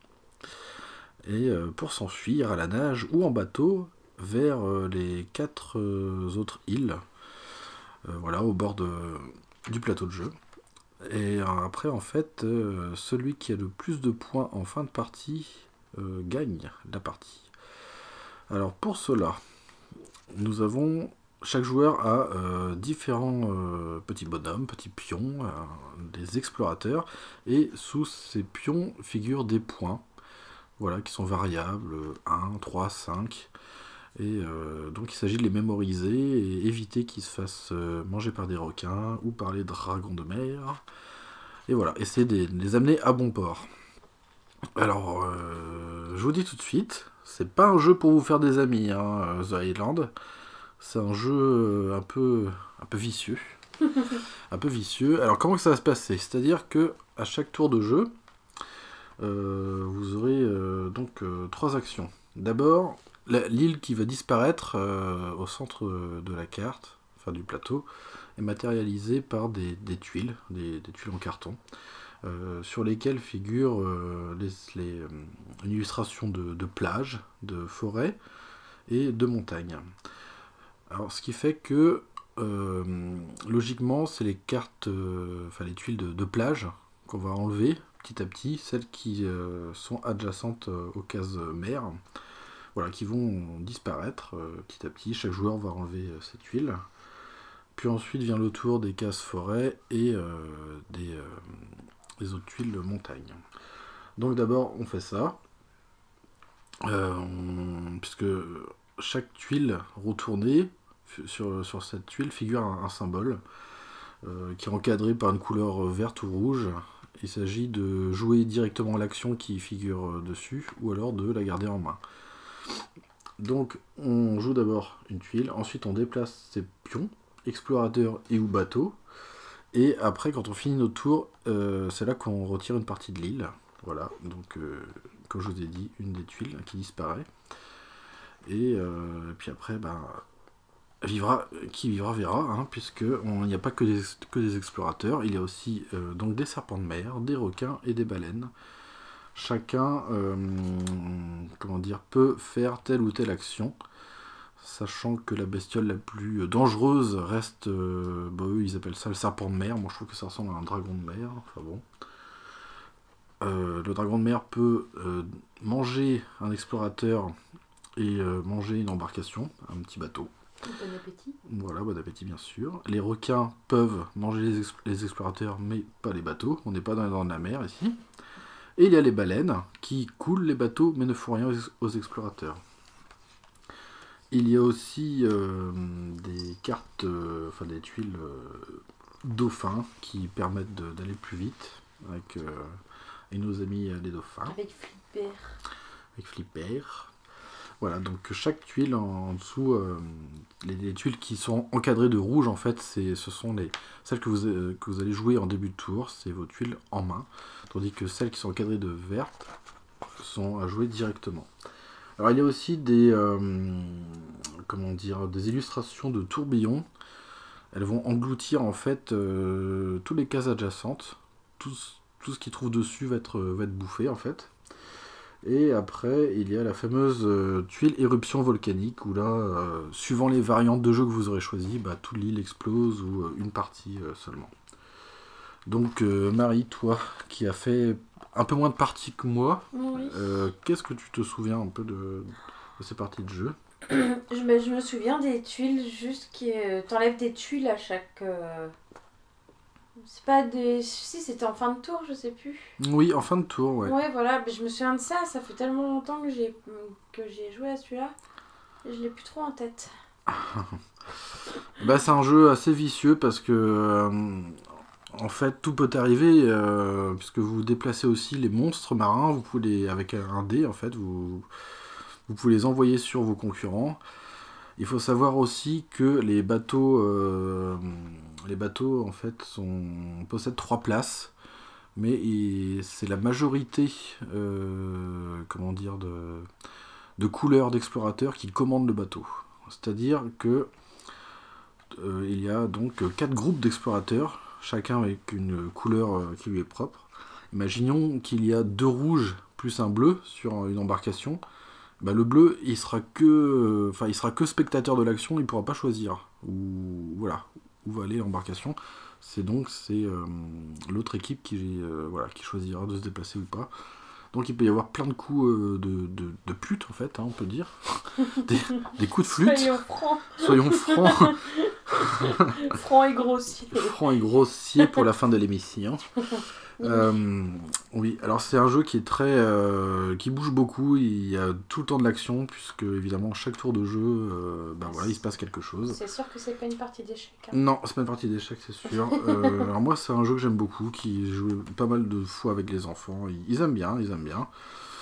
et euh, pour s'enfuir à la nage ou en bateau vers euh, les quatre euh, autres îles, euh, voilà, au bord de, du plateau de jeu. Et euh, après, en fait, euh, celui qui a le plus de points en fin de partie euh, gagne la partie. Alors pour cela, nous avons... Chaque joueur a euh, différents euh, petits bonhommes, petits pions, euh, des explorateurs, et sous ces pions figurent des points, voilà, qui sont variables, un, trois, cinq, et euh, donc il s'agit de les mémoriser et éviter qu'ils se fassent euh, manger par des requins ou par les dragons de mer, et voilà, essayer de les amener à bon port. Alors, euh, je vous dis tout de suite, c'est pas un jeu pour vous faire des amis, hein, The Island. C'est un jeu un peu, un peu vicieux. un peu vicieux. Alors comment que ça va se passer? C'est-à-dire que à chaque tour de jeu, euh, vous aurez euh, donc euh, trois actions. D'abord, la- l'île qui va disparaître euh, au centre de la carte, enfin du plateau, est matérialisée par des, des tuiles, des, des tuiles en carton, euh, sur lesquelles figurent euh, les, les, euh, une illustration de, de plage, de forêt et de montagne. Alors, ce qui fait que, euh, logiquement, c'est les cartes, euh, enfin les tuiles de, de plage qu'on va enlever petit à petit, celles qui euh, sont adjacentes euh, aux cases mer, voilà, qui vont disparaître euh, petit à petit. Chaque joueur va enlever euh, ces tuiles. Puis ensuite vient le tour des cases forêt et euh, des, euh, des autres tuiles de montagne. Donc d'abord, on fait ça, euh, on- puisque chaque tuile retournée sur, sur cette tuile figure un, un symbole euh, qui est encadré par une couleur verte ou rouge. Il s'agit de jouer directement l'action qui figure dessus ou alors de la garder en main. Donc on joue d'abord une tuile, ensuite on déplace ses pions, explorateurs et ou bateaux, et après quand on finit notre tour, euh, c'est là qu'on retire une partie de l'île. Voilà, donc euh, comme je vous ai dit, une des tuiles qui disparaît. Et euh, puis après, ben, vivra, qui vivra verra, hein, puisqu'il n'y a pas que des, que des explorateurs, il y a aussi euh, donc des serpents de mer, des requins et des baleines. Chacun euh, comment dire, peut faire telle ou telle action, sachant que la bestiole la plus dangereuse reste, euh, bah, eux ils appellent ça le serpent de mer, moi je trouve que ça ressemble à un dragon de mer, enfin bon. Euh, le dragon de mer peut euh, manger un explorateur et euh, manger une embarcation, un petit bateau. Bon appétit. Voilà, bon appétit bien sûr. Les requins peuvent manger les, ex- les explorateurs, mais pas les bateaux. On n'est pas dans, dans la mer ici. Et il y a les baleines qui coulent les bateaux, mais ne font rien aux, ex- aux explorateurs. Il y a aussi euh, des cartes, euh, enfin des tuiles euh, dauphins qui permettent de- d'aller plus vite avec, euh, avec nos amis euh, les dauphins, Avec Flipper. avec Flipper. Voilà, donc chaque tuile en, en dessous, euh, les, les tuiles qui sont encadrées de rouge, en fait, c'est, ce sont les, celles que vous, euh, que vous allez jouer en début de tour, c'est vos tuiles en main, tandis que celles qui sont encadrées de vertes sont à jouer directement. Alors il y a aussi des, euh, comment dire, des illustrations de tourbillons. Elles vont engloutir en fait euh, toutes les cases adjacentes, tout, tout ce qui trouve dessus va être, va être bouffé en fait. Et après, il y a la fameuse euh, tuile éruption volcanique, où là, euh, suivant les variantes de jeu que vous aurez choisies, bah, toute l'île explose ou euh, une partie euh, seulement. Donc, euh, Marie, toi, qui as fait un peu moins de parties que moi, Oui. euh, qu'est-ce que tu te souviens un peu de, de ces parties de jeu? je, me, je me souviens des tuiles, juste qui. Euh, T'enlèves des tuiles à chaque. Euh... C'est pas des. Si, c'était en fin de tour, je sais plus. Oui, en fin de tour, ouais. Ouais, voilà, mais je me souviens de ça, ça fait tellement longtemps que j'ai que j'ai joué à celui-là. Et je l'ai plus trop en tête. Bah, c'est un jeu assez vicieux parce que, euh, en fait, tout peut arriver, euh, puisque vous déplacez aussi les monstres marins, vous pouvez les, avec un dé, en fait, vous, vous pouvez les envoyer sur vos concurrents. Il faut savoir aussi que les bateaux, euh, les bateaux en fait, sont, possèdent trois places, mais il, c'est la majorité, euh, comment dire, de, de couleurs d'explorateurs qui commandent le bateau. C'est-à-dire que euh, il y a donc quatre groupes d'explorateurs, chacun avec une couleur euh, qui lui est propre. Imaginons qu'il y a deux rouges plus un bleu sur une embarcation. Bah, le bleu, il sera que, enfin, il sera que spectateur de l'action, il ne pourra pas choisir où, voilà, où va aller l'embarcation. C'est donc c'est euh, l'autre équipe qui, euh, voilà, qui choisira de se déplacer ou pas. Donc il peut y avoir plein de coups euh, de, de, de pute, en fait, hein, on peut dire. Des, des coups de flûte. Soyons francs. Soyons francs. Francs et grossiers. Francs et grossiers pour la fin de l'émission. Euh, oui, alors c'est un jeu qui est très, euh, qui bouge beaucoup. Il y a tout le temps de l'action puisque évidemment chaque tour de jeu, euh, ben voilà, il se passe quelque chose. C'est sûr que c'est pas une partie d'échecs. Hein. Non, c'est pas une partie d'échecs, c'est sûr. euh, alors moi, c'est un jeu que j'aime beaucoup, qui joue pas mal de fois avec les enfants. Ils, ils aiment bien, ils aiment bien.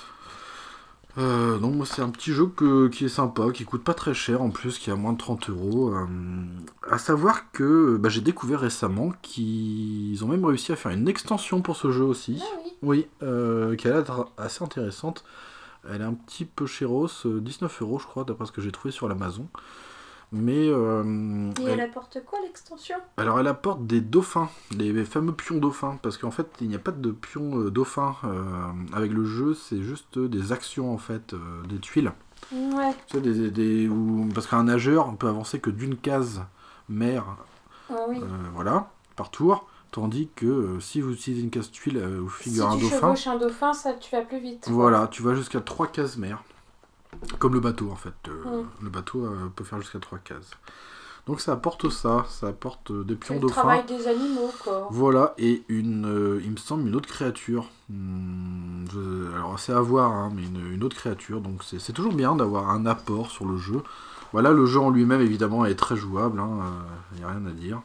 Euh, donc moi c'est un petit jeu que, qui est sympa, qui coûte pas très cher en plus, qui est à moins de trente euros. Euh, à savoir que bah, j'ai découvert récemment qu'ils ont même réussi à faire une extension pour ce jeu aussi. Ah oui. Oui, euh, qui a l'air assez intéressante. Elle est un petit peu chéros, dix-neuf euros je crois, d'après ce que j'ai trouvé sur l'Amazon. Mais euh, Et elle apporte quoi l'extension ? alors elle apporte des dauphins, les fameux pions dauphins, parce qu'en fait il n'y a pas de pions euh, dauphins euh, avec le jeu, c'est juste des actions en fait, euh, des tuiles. Ouais. Tu sais, des, des, où, parce qu'un nageur on peut avancer que d'une case mer, Ah oui. euh, voilà, par tour, tandis que euh, si vous utilisez une case tuile euh, où figure si un tu dauphin, chevauches un dauphin, ça tu vas plus vite. voilà, tu vas jusqu'à trois cases mer. Comme le bateau en fait, euh, Mm. le bateau euh, peut faire jusqu'à trois cases. Donc ça apporte ça, ça apporte euh, des C'est pions le dauphins. travail des animaux, quoi. Voilà, et une, euh, il me semble une autre créature. Hmm, je- alors c'est à voir, hein, mais une, une autre créature. Donc c'est, c'est toujours bien d'avoir un apport sur le jeu. Voilà, le jeu en lui-même évidemment est très jouable, il n'y a rien à dire.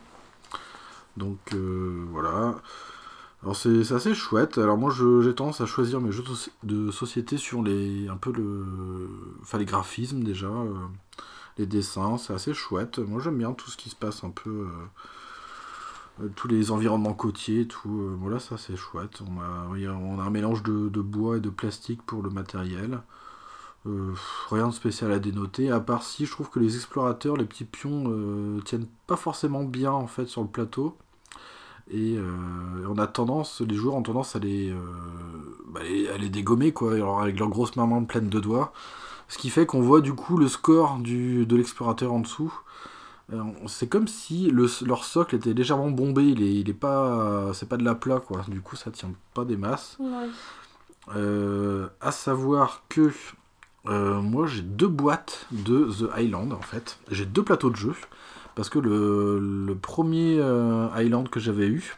Donc euh, voilà. Alors c'est, c'est assez chouette. Alors moi je, j'ai tendance à choisir mes jeux de, soci- de société sur les un peu le, enfin les graphismes déjà, euh, les dessins, c'est assez chouette. Moi j'aime bien tout ce qui se passe un peu. Euh, Euh, tous les environnements côtiers, tout, euh, voilà, ça c'est chouette. On a, oui, on a un mélange de, de bois et de plastique pour le matériel. Euh, pff, rien de spécial à dénoter, à part si je trouve que les explorateurs, les petits pions, euh, tiennent pas forcément bien en fait sur le plateau. Et euh, on a tendance, les joueurs ont tendance à les, euh, bah, les- à les dégommer, quoi, alors avec leurs grosses mains pleines de doigts. Ce qui fait qu'on voit du coup le score du, de l'explorateur en dessous. Euh, C'est comme si le, leur socle était légèrement bombé, il est, il est pas, c'est pas de la plat quoi. Du coup, ça tient pas des masses. Ouais. Euh, à savoir que euh, moi j'ai deux boîtes de The Island en fait. J'ai deux plateaux de jeu parce que le, le premier euh, Island que j'avais eu,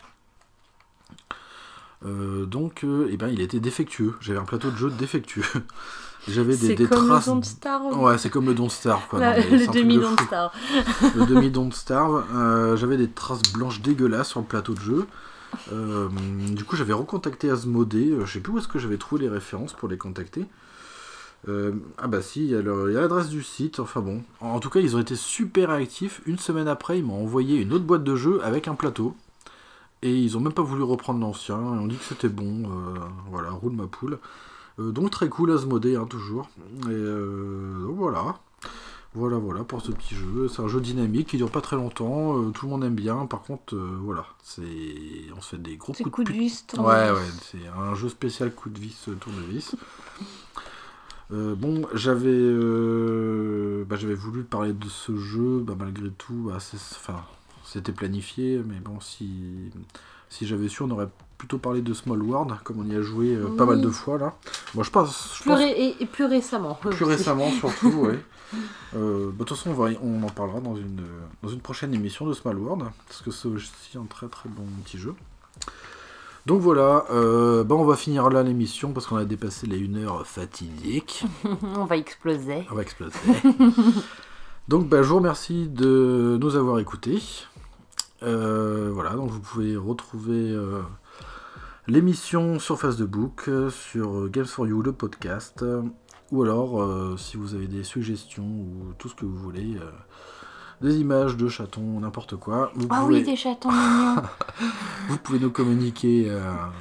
euh, donc, euh, eh ben, il était défectueux. J'avais un plateau de jeu défectueux. J'avais des, C'est des comme traces. le Don't Starve. Ouais, c'est comme le Don't Starve quoi. La- Non, mais c'est le un truc demi de Don't fou. Starve. Le demi Don't Starve, euh, j'avais des traces blanches dégueulasses sur le plateau de jeu. Euh, du coup, j'avais recontacté Asmodée. Euh, je sais plus où est-ce que j'avais trouvé les références pour les contacter. Euh, ah bah si, il y a le- il y a l'adresse du site. Enfin bon, en, en tout cas, ils ont été super réactifs. Une semaine après, ils m'ont envoyé une autre boîte de jeu avec un plateau. Et ils ont même pas voulu reprendre l'ancien. Ils ont dit que c'était bon. Euh, voilà, roule ma poule. Euh, donc très cool, Asmodée, hein, toujours. Et euh, donc voilà. Voilà, voilà, pour ce petit jeu. C'est un jeu dynamique qui dure pas très longtemps. Euh, tout le monde aime bien. Par contre, euh, voilà. C'est... On se fait des gros C'est coups coup de de pute. vis. Ouais, ouais, c'est un jeu spécial coup de vis, euh, tournevis. Euh, bon, j'avais, euh, bah, j'avais voulu parler de ce jeu, bah, malgré tout, bah, c'est, enfin, c'était planifié, mais bon, si, si j'avais su, on aurait plutôt parlé de Small World, comme on y a joué euh, pas Oui. mal de fois là. Moi, je pense, je Plus pense ré- et, et plus récemment. plus récemment surtout, ouais. Euh, bah, de toute façon, on, va, on en parlera dans une, dans une prochaine émission de Small World, parce que c'est aussi un très très bon petit jeu. Donc voilà, euh, bah on va finir là l'émission parce qu'on a dépassé les une heure fatidique. On va exploser. On va exploser. Donc bah, je vous remercie de nous avoir écoutés. Euh, voilà, donc vous pouvez retrouver euh, l'émission sur Facebook, euh, sur Games for You, le podcast, euh, ou alors euh, si vous avez des suggestions ou tout ce que vous voulez, euh, des images de chatons, n'importe quoi. Vous Ah pouvez, oui, des chatons mignons. vous pouvez nous communiquer euh,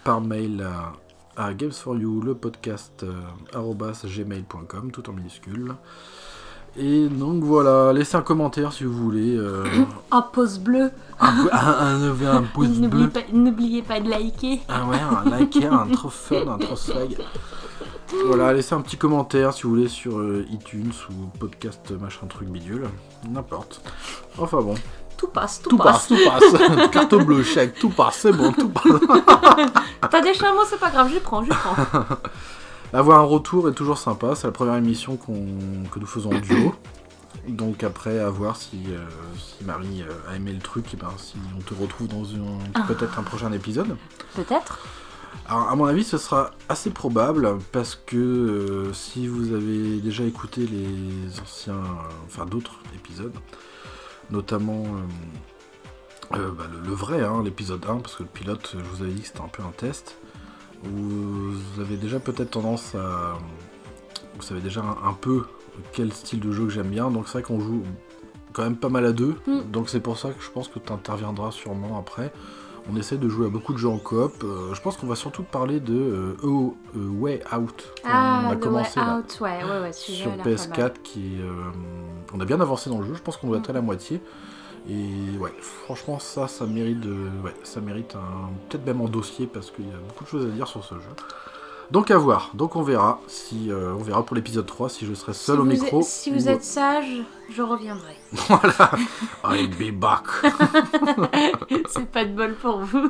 par mail à, à games for you, le podcast euh, arobase gmail point com, tout en minuscule. Et donc voilà, laissez un commentaire si vous voulez. Euh, un pouce bleu. Un, un, un, un pouce N'oubliez bleu. Pas, n'oubliez pas de liker. Ah ouais, un liker, un trop fun, un trop swag. Voilà, laissez un petit commentaire si vous voulez sur euh, iTunes ou podcast machin truc bidule. N'importe. Enfin bon. Tout passe, tout, tout passe. passe. Tout passe, carte bleue, chèque, tout passe, c'est bon, tout passe. T'as des chameaux, c'est pas grave, je prends, je prends. Avoir un retour est toujours sympa, c'est la première émission qu'on, que nous faisons en duo. Donc après, à voir si, euh, si Marie euh, a aimé le truc, et ben si on te retrouve dans une, peut-être un prochain épisode. Peut-être. Alors à mon avis, ce sera assez probable, parce que euh, si vous avez déjà écouté les anciens, euh, enfin d'autres épisodes, notamment euh, euh, bah, le, le vrai, hein, l'épisode un, parce que le pilote, je vous avais dit que c'était un peu un test, vous avez déjà peut-être tendance à... Vous savez déjà un, un peu quel style de jeu que j'aime bien, donc c'est vrai qu'on joue quand même pas mal à deux, mm. donc c'est pour ça que je pense que tu interviendras sûrement après. On essaie de jouer à beaucoup de jeux en coop, euh, je pense qu'on va surtout parler de euh, oh, euh, Way Out. Ah, on a The commencé Way là, Out, ouais, ouais, ouais, sur P S quatre, qui est, euh, on a bien avancé dans le jeu, je pense qu'on doit être à la moitié. Et ouais, franchement ça, ça mérite de, ouais, ça mérite un, peut-être même en dossier parce qu'il y a beaucoup de choses à dire sur ce jeu. Donc à voir, donc on verra si, euh, on verra pour l'épisode trois si je serai seul si au micro. Êtes, si ou... vous êtes sage, je reviendrai. Voilà, I'll be back. C'est pas de bol pour vous.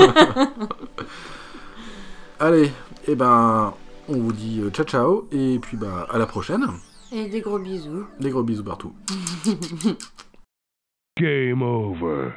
Allez, et ben, on vous dit ciao ciao et puis bah à la prochaine. Et des gros bisous. Des gros bisous partout. Game over.